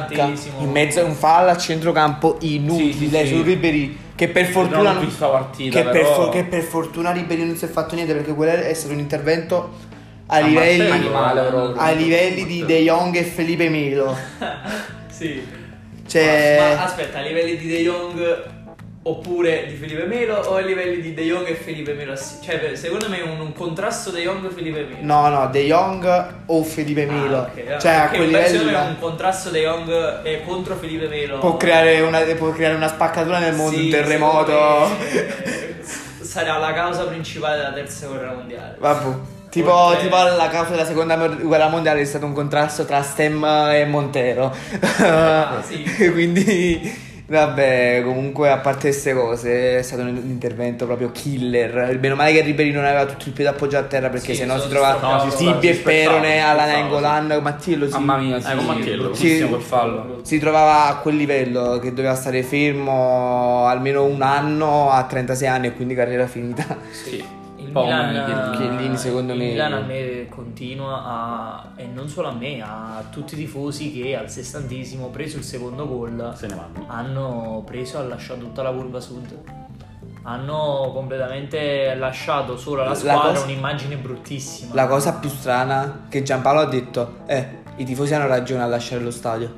a un fallo a centrocampo inutile Sì, sì. su Ribéry che per fortuna non ho visto la partita, però. che per fortuna Ribéry non si è fatto niente perché quello è stato un intervento a Marcello, livelli proprio. ai livelli di De Jong e Felipe Melo. Sì. Cioè Ma aspetta, a livelli di De Jong oppure di Felipe Melo o ai livelli di De Jong e Felipe Melo cioè secondo me un contrasto De Jong e Felipe Melo. No, De Jong o Felipe Melo. Okay. Cioè a quel livello secondo me un contrasto De Jong e contro Felipe Melo può creare una spaccatura nel mondo, un terremoto. Sarà la causa principale della terza guerra mondiale. Vabbè. Tipo la causa della seconda guerra mondiale è stato un contrasto tra Stem e Montero. Sì. Quindi vabbè, comunque a parte queste cose è stato un intervento proprio killer. Meno male che Ribéry non aveva tutto il piede appoggiato a terra, perché sennò si trova Tibi e Perone alla Nainggolan. Mattiello sì. Mamma mia, sì. Con Mattiello. Sì. Quel fallo. Si trovava a quel livello che doveva stare fermo almeno un anno a 36 anni e quindi carriera finita. Sì. Il Poi Milan, Chiellini, secondo me. il Milan a me continua e non solo a me, a tutti i tifosi che al 60esimo, preso il secondo gol, Se ne vanno. hanno preso e lasciato tutta la curva sud. Hanno completamente lasciato solo alla squadra un'immagine bruttissima. La cosa più strana che Giampaolo ha detto i tifosi hanno ragione a lasciare lo stadio.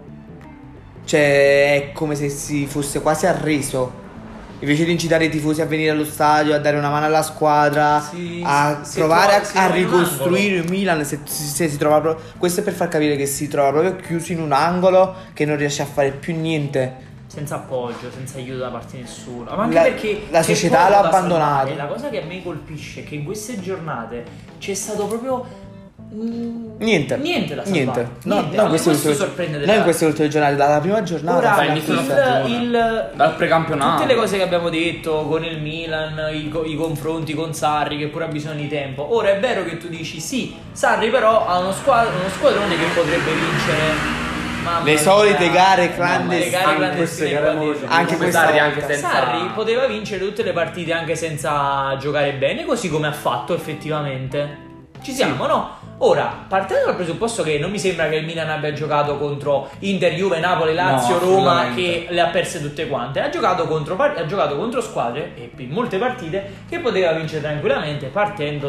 Cioè è come se si fosse quasi arreso. Invece di incitare i tifosi a venire allo stadio, a dare una mano alla squadra, a provare a ricostruire il Milan, se si trova questo è per far capire che si trova proprio chiuso in un angolo, che non riesce a fare più niente. Senza appoggio, senza aiuto da parte di nessuno. Ma anche perché la società l'ha abbandonato. La cosa che a me colpisce è che in queste giornate c'è stato proprio niente da salvare. Niente. No, questo sorprende. Noi in queste ultime giornate, dalla prima giornata ora fino a questa stagione. Dal precampionato. Tutte le cose che abbiamo detto con il Milan, i confronti con Sarri che pure ha bisogno di tempo. Ora è vero che tu dici sì, Sarri però ha uno squadrone che potrebbe vincere le solite gare clandestine, anche quest'anno, anche senza... Sarri poteva vincere tutte le partite anche senza giocare bene, così come ha fatto effettivamente. Ci siamo, no? Ora, partendo dal presupposto che non mi sembra che il Milan abbia giocato contro Inter, Juve, Napoli, Lazio, Roma, che le ha perse tutte quante. Ha giocato contro squadre, e in molte partite, che poteva vincere tranquillamente partendo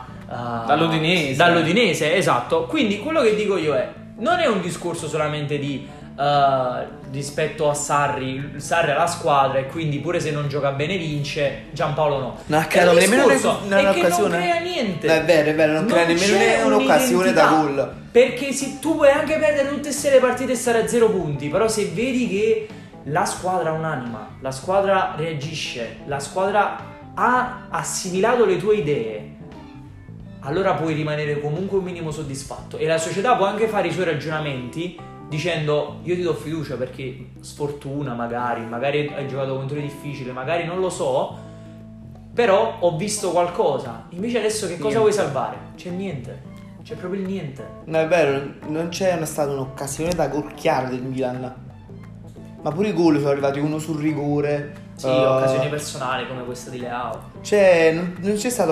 dall'Udinese, esatto. Quindi quello che dico io è, non è un discorso solamente di rispetto a Sarri ha la squadra e quindi pure se non gioca bene vince. Giampaolo no. Non ha creato nemmeno un'occasione. Non crea niente. È vero, non crea nemmeno un'occasione da gol. Perché se tu puoi anche perdere tutte le partite e stare a 0 punti, però se vedi che la squadra ha un'anima, la squadra reagisce, la squadra ha assimilato le tue idee, allora puoi rimanere comunque un minimo soddisfatto e la società può anche fare i suoi ragionamenti dicendo io ti do fiducia perché sfortuna magari hai giocato contro difficile, magari non lo so, però ho visto qualcosa. Invece adesso che cosa vuoi salvare? C'è niente, c'è proprio il niente. No, è vero, non c'è stata un'occasione da gol chiara del Milan, ma pure i gol sono arrivati uno sul rigore. Sì, occasioni personali come questa di Leao. Cioè non c'è stata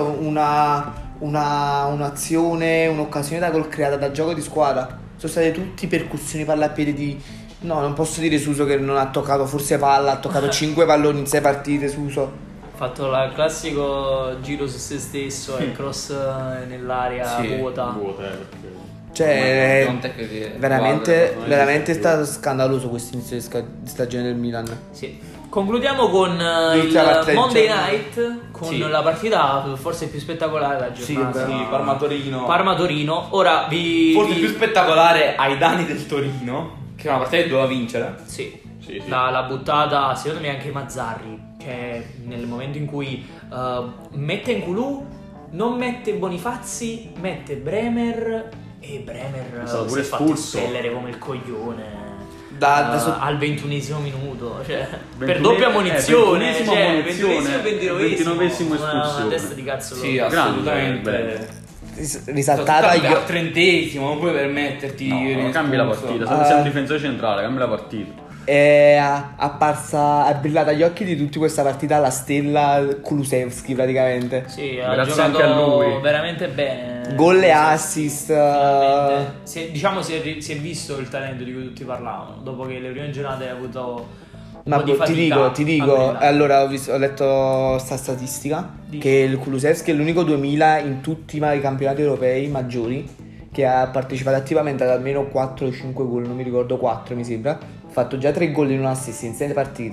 un'azione, un'occasione da gol creata da gioco di squadra. Sono state tutti percussioni palla a piede no, non posso dire Suso che non ha toccato forse palla, ha toccato 5 palloni in 6 partite. Suso ha fatto il classico giro su se stesso e cross nell'area vuota. Cioè non te che veramente è stato scandaloso questo inizio di stagione del Milan. Sì. Concludiamo con il Monday Night, con la partita forse più spettacolare della giornata. Sì, Parma-Torino. Ora forse più spettacolare ai danni del Torino, che è una partita che doveva vincere. Sì. La buttata, secondo me anche Mazzarri, cioè nel momento in cui mette N'Koulou, non mette Bonifazzi, mette Bremer e Bremer si è fatto espellere come il coglione. Al 21esimo minuto, cioè per doppia munizione, 29esimo espulsione, una testa di cazzo. Sì, assolutamente. Risaltata al 30esimo, non puoi permetterti. No, cambi la partita. Se sei un difensore centrale, cambi la partita. È brillata agli occhi di tutti questa partita la stella Kulusevski praticamente. Sì, ha giocato anche a lui veramente bene. Gol e assist. Si è visto il talento di cui tutti parlavano dopo che le prime giornate ha avuto ma ti dico allora ho letto sta statistica che il Kulusevski è l'unico 2000 in tutti i campionati europei maggiori che ha partecipato attivamente ad almeno 4 o 5 gol, non mi ricordo, 4 mi sembra. Ha fatto già 3 gol in un assist in 6 partite.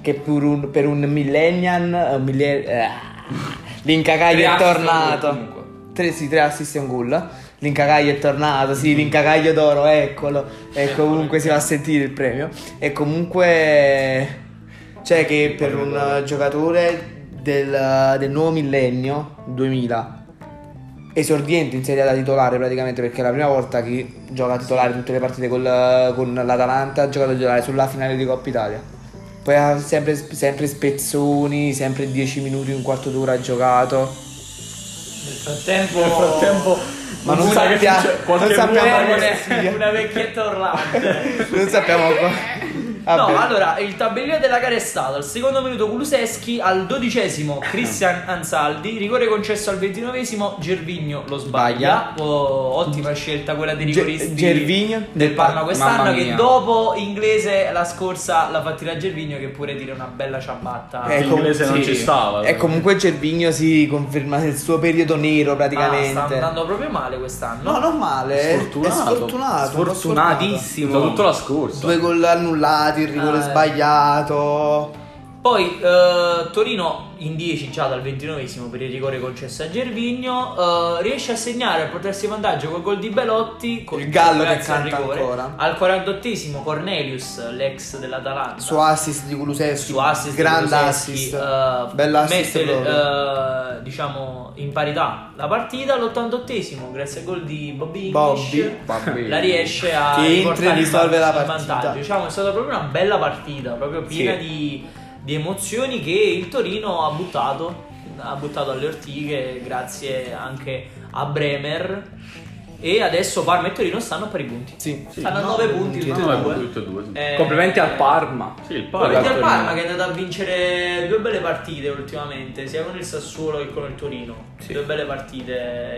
che per un millennial l'Incacaglio è tornato. 3 assist e un gol. L'Incacaglio è tornato, sì, l'Incacaglio d'oro, eccolo. E comunque si va a sentire il premio. E comunque cioè che per un giocatore del nuovo millennio 2000 esordiente in Serie A da titolare praticamente, perché è la prima volta che gioca a titolare tutte le partite con l'Atalanta, ha giocato a giocare sulla finale di Coppa Italia. Poi ha sempre spezzoni, sempre 10 minuti, un quarto d'ora ha giocato. Nel frattempo Ma non sappiamo una vecchietta urlante. non sappiamo No, allora il tabellino della gara è stato: al secondo minuto Kulusevski, al 12esimo Christian Ansaldi, rigore concesso al 29esimo, Gervinho lo sbaglia. Ottima scelta quella dei rigoristi Gervinho del Parma quest'anno, mamma che mia. dopo Inglese la scorsa l'ha fatta tirare Gervinho, che pure tira una bella ciabatta. L'inglese non sì. ci stava. E comunque Gervinho si conferma nel suo periodo nero praticamente. sta andando proprio male quest'anno. No, non male. Sfortunato. È Sfortunatissimo. Soprattutto la scorsa. 2 gol annullati, il rigore sbagliato. Poi Torino in 10 già dal 29esimo per il rigore concesso a Gervinho, riesce a segnare a portarsi in vantaggio col gol di Belotti, con Il Gallo che grazie al canta rigore. ancora. Al 48esimo Cornelius, l'ex dell'Atalanta, Su assist di Kulusevski. su assist grande di Kulusevski, assist. Bello assist mette proprio. diciamo in parità la partita. All'88esimo grazie al gol di Bobby English Bobby. la riesce a Che entra e riportare risolve la in partita. vantaggio. Diciamo è stata proprio una bella partita, proprio piena di emozioni, che il Torino ha buttato alle ortiche grazie anche a Bremer. E adesso Parma e Torino stanno a pari punti. Sì. Stanno a 9 punti tutti e due. Tutte e due, sì. Complimenti al Parma. Sì, il Complimenti al Torino. Parma, che è andato a vincere 2 belle partite ultimamente, sia con il Sassuolo che con il Torino. 2 belle partite,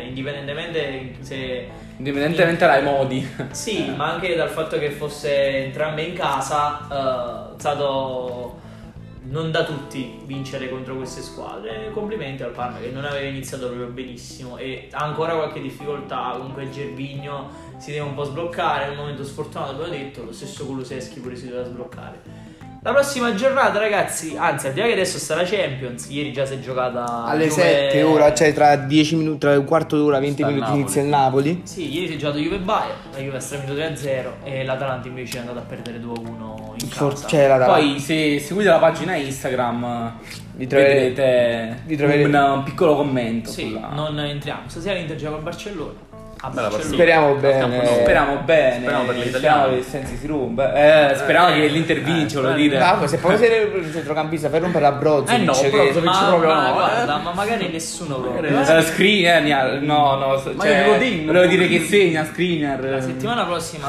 Indipendentemente dai modi. sì, ma anche dal fatto che fosse entrambe in casa, è stato non da tutti vincere contro queste squadre. Complimenti al Parma, che non aveva iniziato proprio benissimo e ha ancora qualche difficoltà. Comunque il Gervinho si deve un po' sbloccare, è un momento sfortunato, abbiamo detto, lo stesso Kulusevski pure si deve sbloccare. La prossima giornata, ragazzi, anzi, al di là che adesso sta la Champions, ieri già si è giocata Alle Juve- 7 ora, cioè tra 10 minuti, tra un quarto d'ora, 20 Sta il minuti Napoli. inizia il Napoli. Sì, ieri si è giocato Juve-Bayern, la Juve ha stravinto 3-0 e l'Atalanta invece è andata a perdere 2-1 in casa. C'è la Poi se seguite la pagina Instagram Vi troverete- vedrete vi troverete- un piccolo commento. Sì, sulla- non entriamo. Stasera l'Inter gioca al Barcellona. A Bella Barcellona. Speriamo Al campo bene. nuovo. Speriamo bene. Speriamo per gli Speriamo italiani. che Sensi si rompa. Speriamo che l'Inter vince, volevo dire. No, se poi sei il centrocampista per rompere la Brozovic, no, che Brozovic proprio no, guarda, ma magari nessuno proprio. Skriniar, no, Ma cioè, il Godin, volevo dire che segna Skriniar. La settimana prossima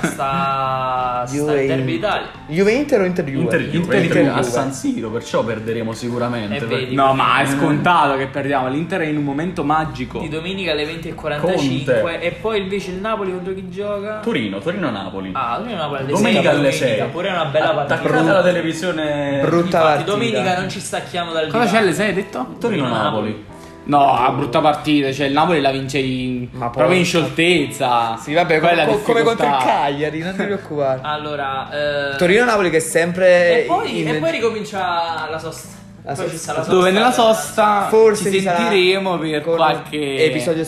sta il Juve Derby d'Italia. Juve Inter o Inter Juve? Inter a Juve. San Siro, perciò perderemo sicuramente. E vedi. No, ma è scontato che perdiamo. L'Inter è in un momento magico. Di domenica alle 20:45 Conte. e poi invece il Napoli contro chi gioca? Torino-Napoli. Torino-Napoli alle Domenica 6, alle 6. pure una bella partita. Attaccate alla televisione. Brutta Infatti, partita. domenica non ci stacchiamo dal Cosa c'è divano. alle 6, hai detto? Torino-Napoli. No, brutta partita. Cioè, il Napoli la vince Ma proprio poi- in scioltezza. Sì, vabbè, Quella è la come contro il difficoltà. Cagliari, non ti preoccupare. Allora, Torino-Napoli che è sempre e poi ricomincia la sosta. La Poi sosta. ci sta la sosta. Dove nella sosta Forse ci ci sarà sentiremo per con qualche episodio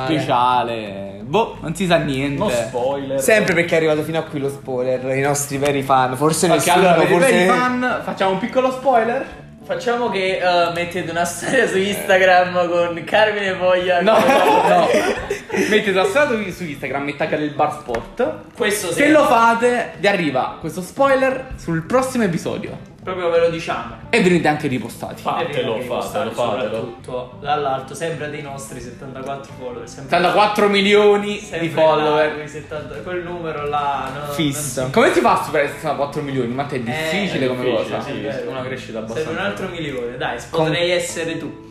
speciale. Boh, non si sa niente. No spoiler. Sempre perché è arrivato fino a qui lo spoiler, i nostri veri fan. Forse Perché nessuno, allora, per i forse veri fan, facciamo un piccolo spoiler. Facciamo che mettete una storia su Instagram con Carmine Voglia. No, no. Mettete la storia su Instagram e taggate il Bar Sport. Questo Se lo fate, vi arriva questo spoiler sul prossimo episodio. proprio ve lo diciamo. E venite anche ripostati. Fatelo. Soprattutto dall'alto, sempre dei nostri 74 follower. Sempre 74 milioni sempre di follower. là, 70 quel numero là. Fisso. Come si fa a superare 64 milioni? Ma te è difficile come difficile, cosa. sì. È una crescita Serve abbastanza. un altro milione, dai, potrei essere tu.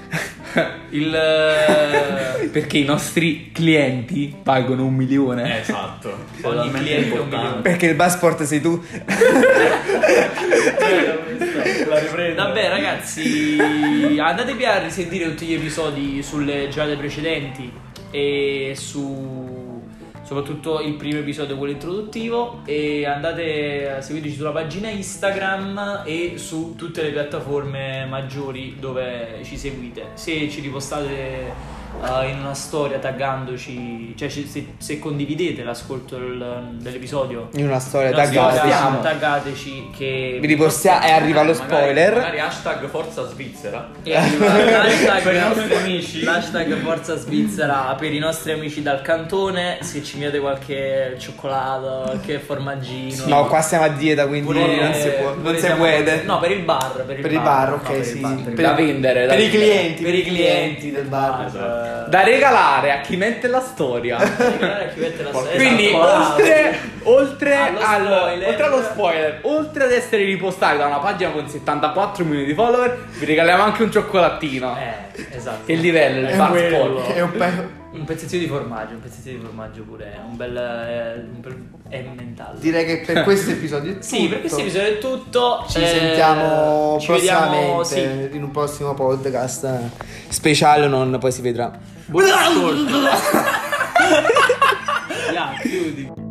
Perché i nostri clienti valgono 1 milione. Esatto. Ogni cliente è un milione. perché il Basport sei tu. La riprendo. Vabbè ragazzi, andatevi a risentire tutti gli episodi sulle giornate precedenti e soprattutto il primo episodio, quello introduttivo, e andate a seguirci sulla pagina Instagram e su tutte le piattaforme maggiori dove ci seguite. Se ci ripostate in una storia taggandoci, cioè se condividete l'ascolto dell'episodio In una storia taggateci che vi ripostiamo e arriva lo spoiler. Magari hashtag Forza Svizzera. e arriva l'hashtag Per i nostri amici. l'hashtag Forza Svizzera per i nostri amici dal cantone. Se ci inviate qualche cioccolato, qualche formaggino. No, qua siamo a dieta, quindi Pure- non si può. pure Non si siamo- può. No, per il bar. Per Per il bar, no, ok, per il sì. bar, per il Da bar. vendere. Per i clienti, Per i clienti del bar. Esatto. Da regalare a chi mette la storia. Quindi Esatto. oltre Allo spoiler. oltre ad essere ripostati da una pagina con 74 milioni di follower, vi regaliamo anche un cioccolatino. Esatto. Che livello, il È bar quello. sport. È un Un pezzettino di formaggio pure, un bel mentale. Direi che per questo episodio è tutto. Sì, per questo episodio è tutto. Ci sentiamo ci vediamo, prossimamente in un prossimo podcast speciale, non poi si vedrà. Buon ascolto. Ya, chiudi.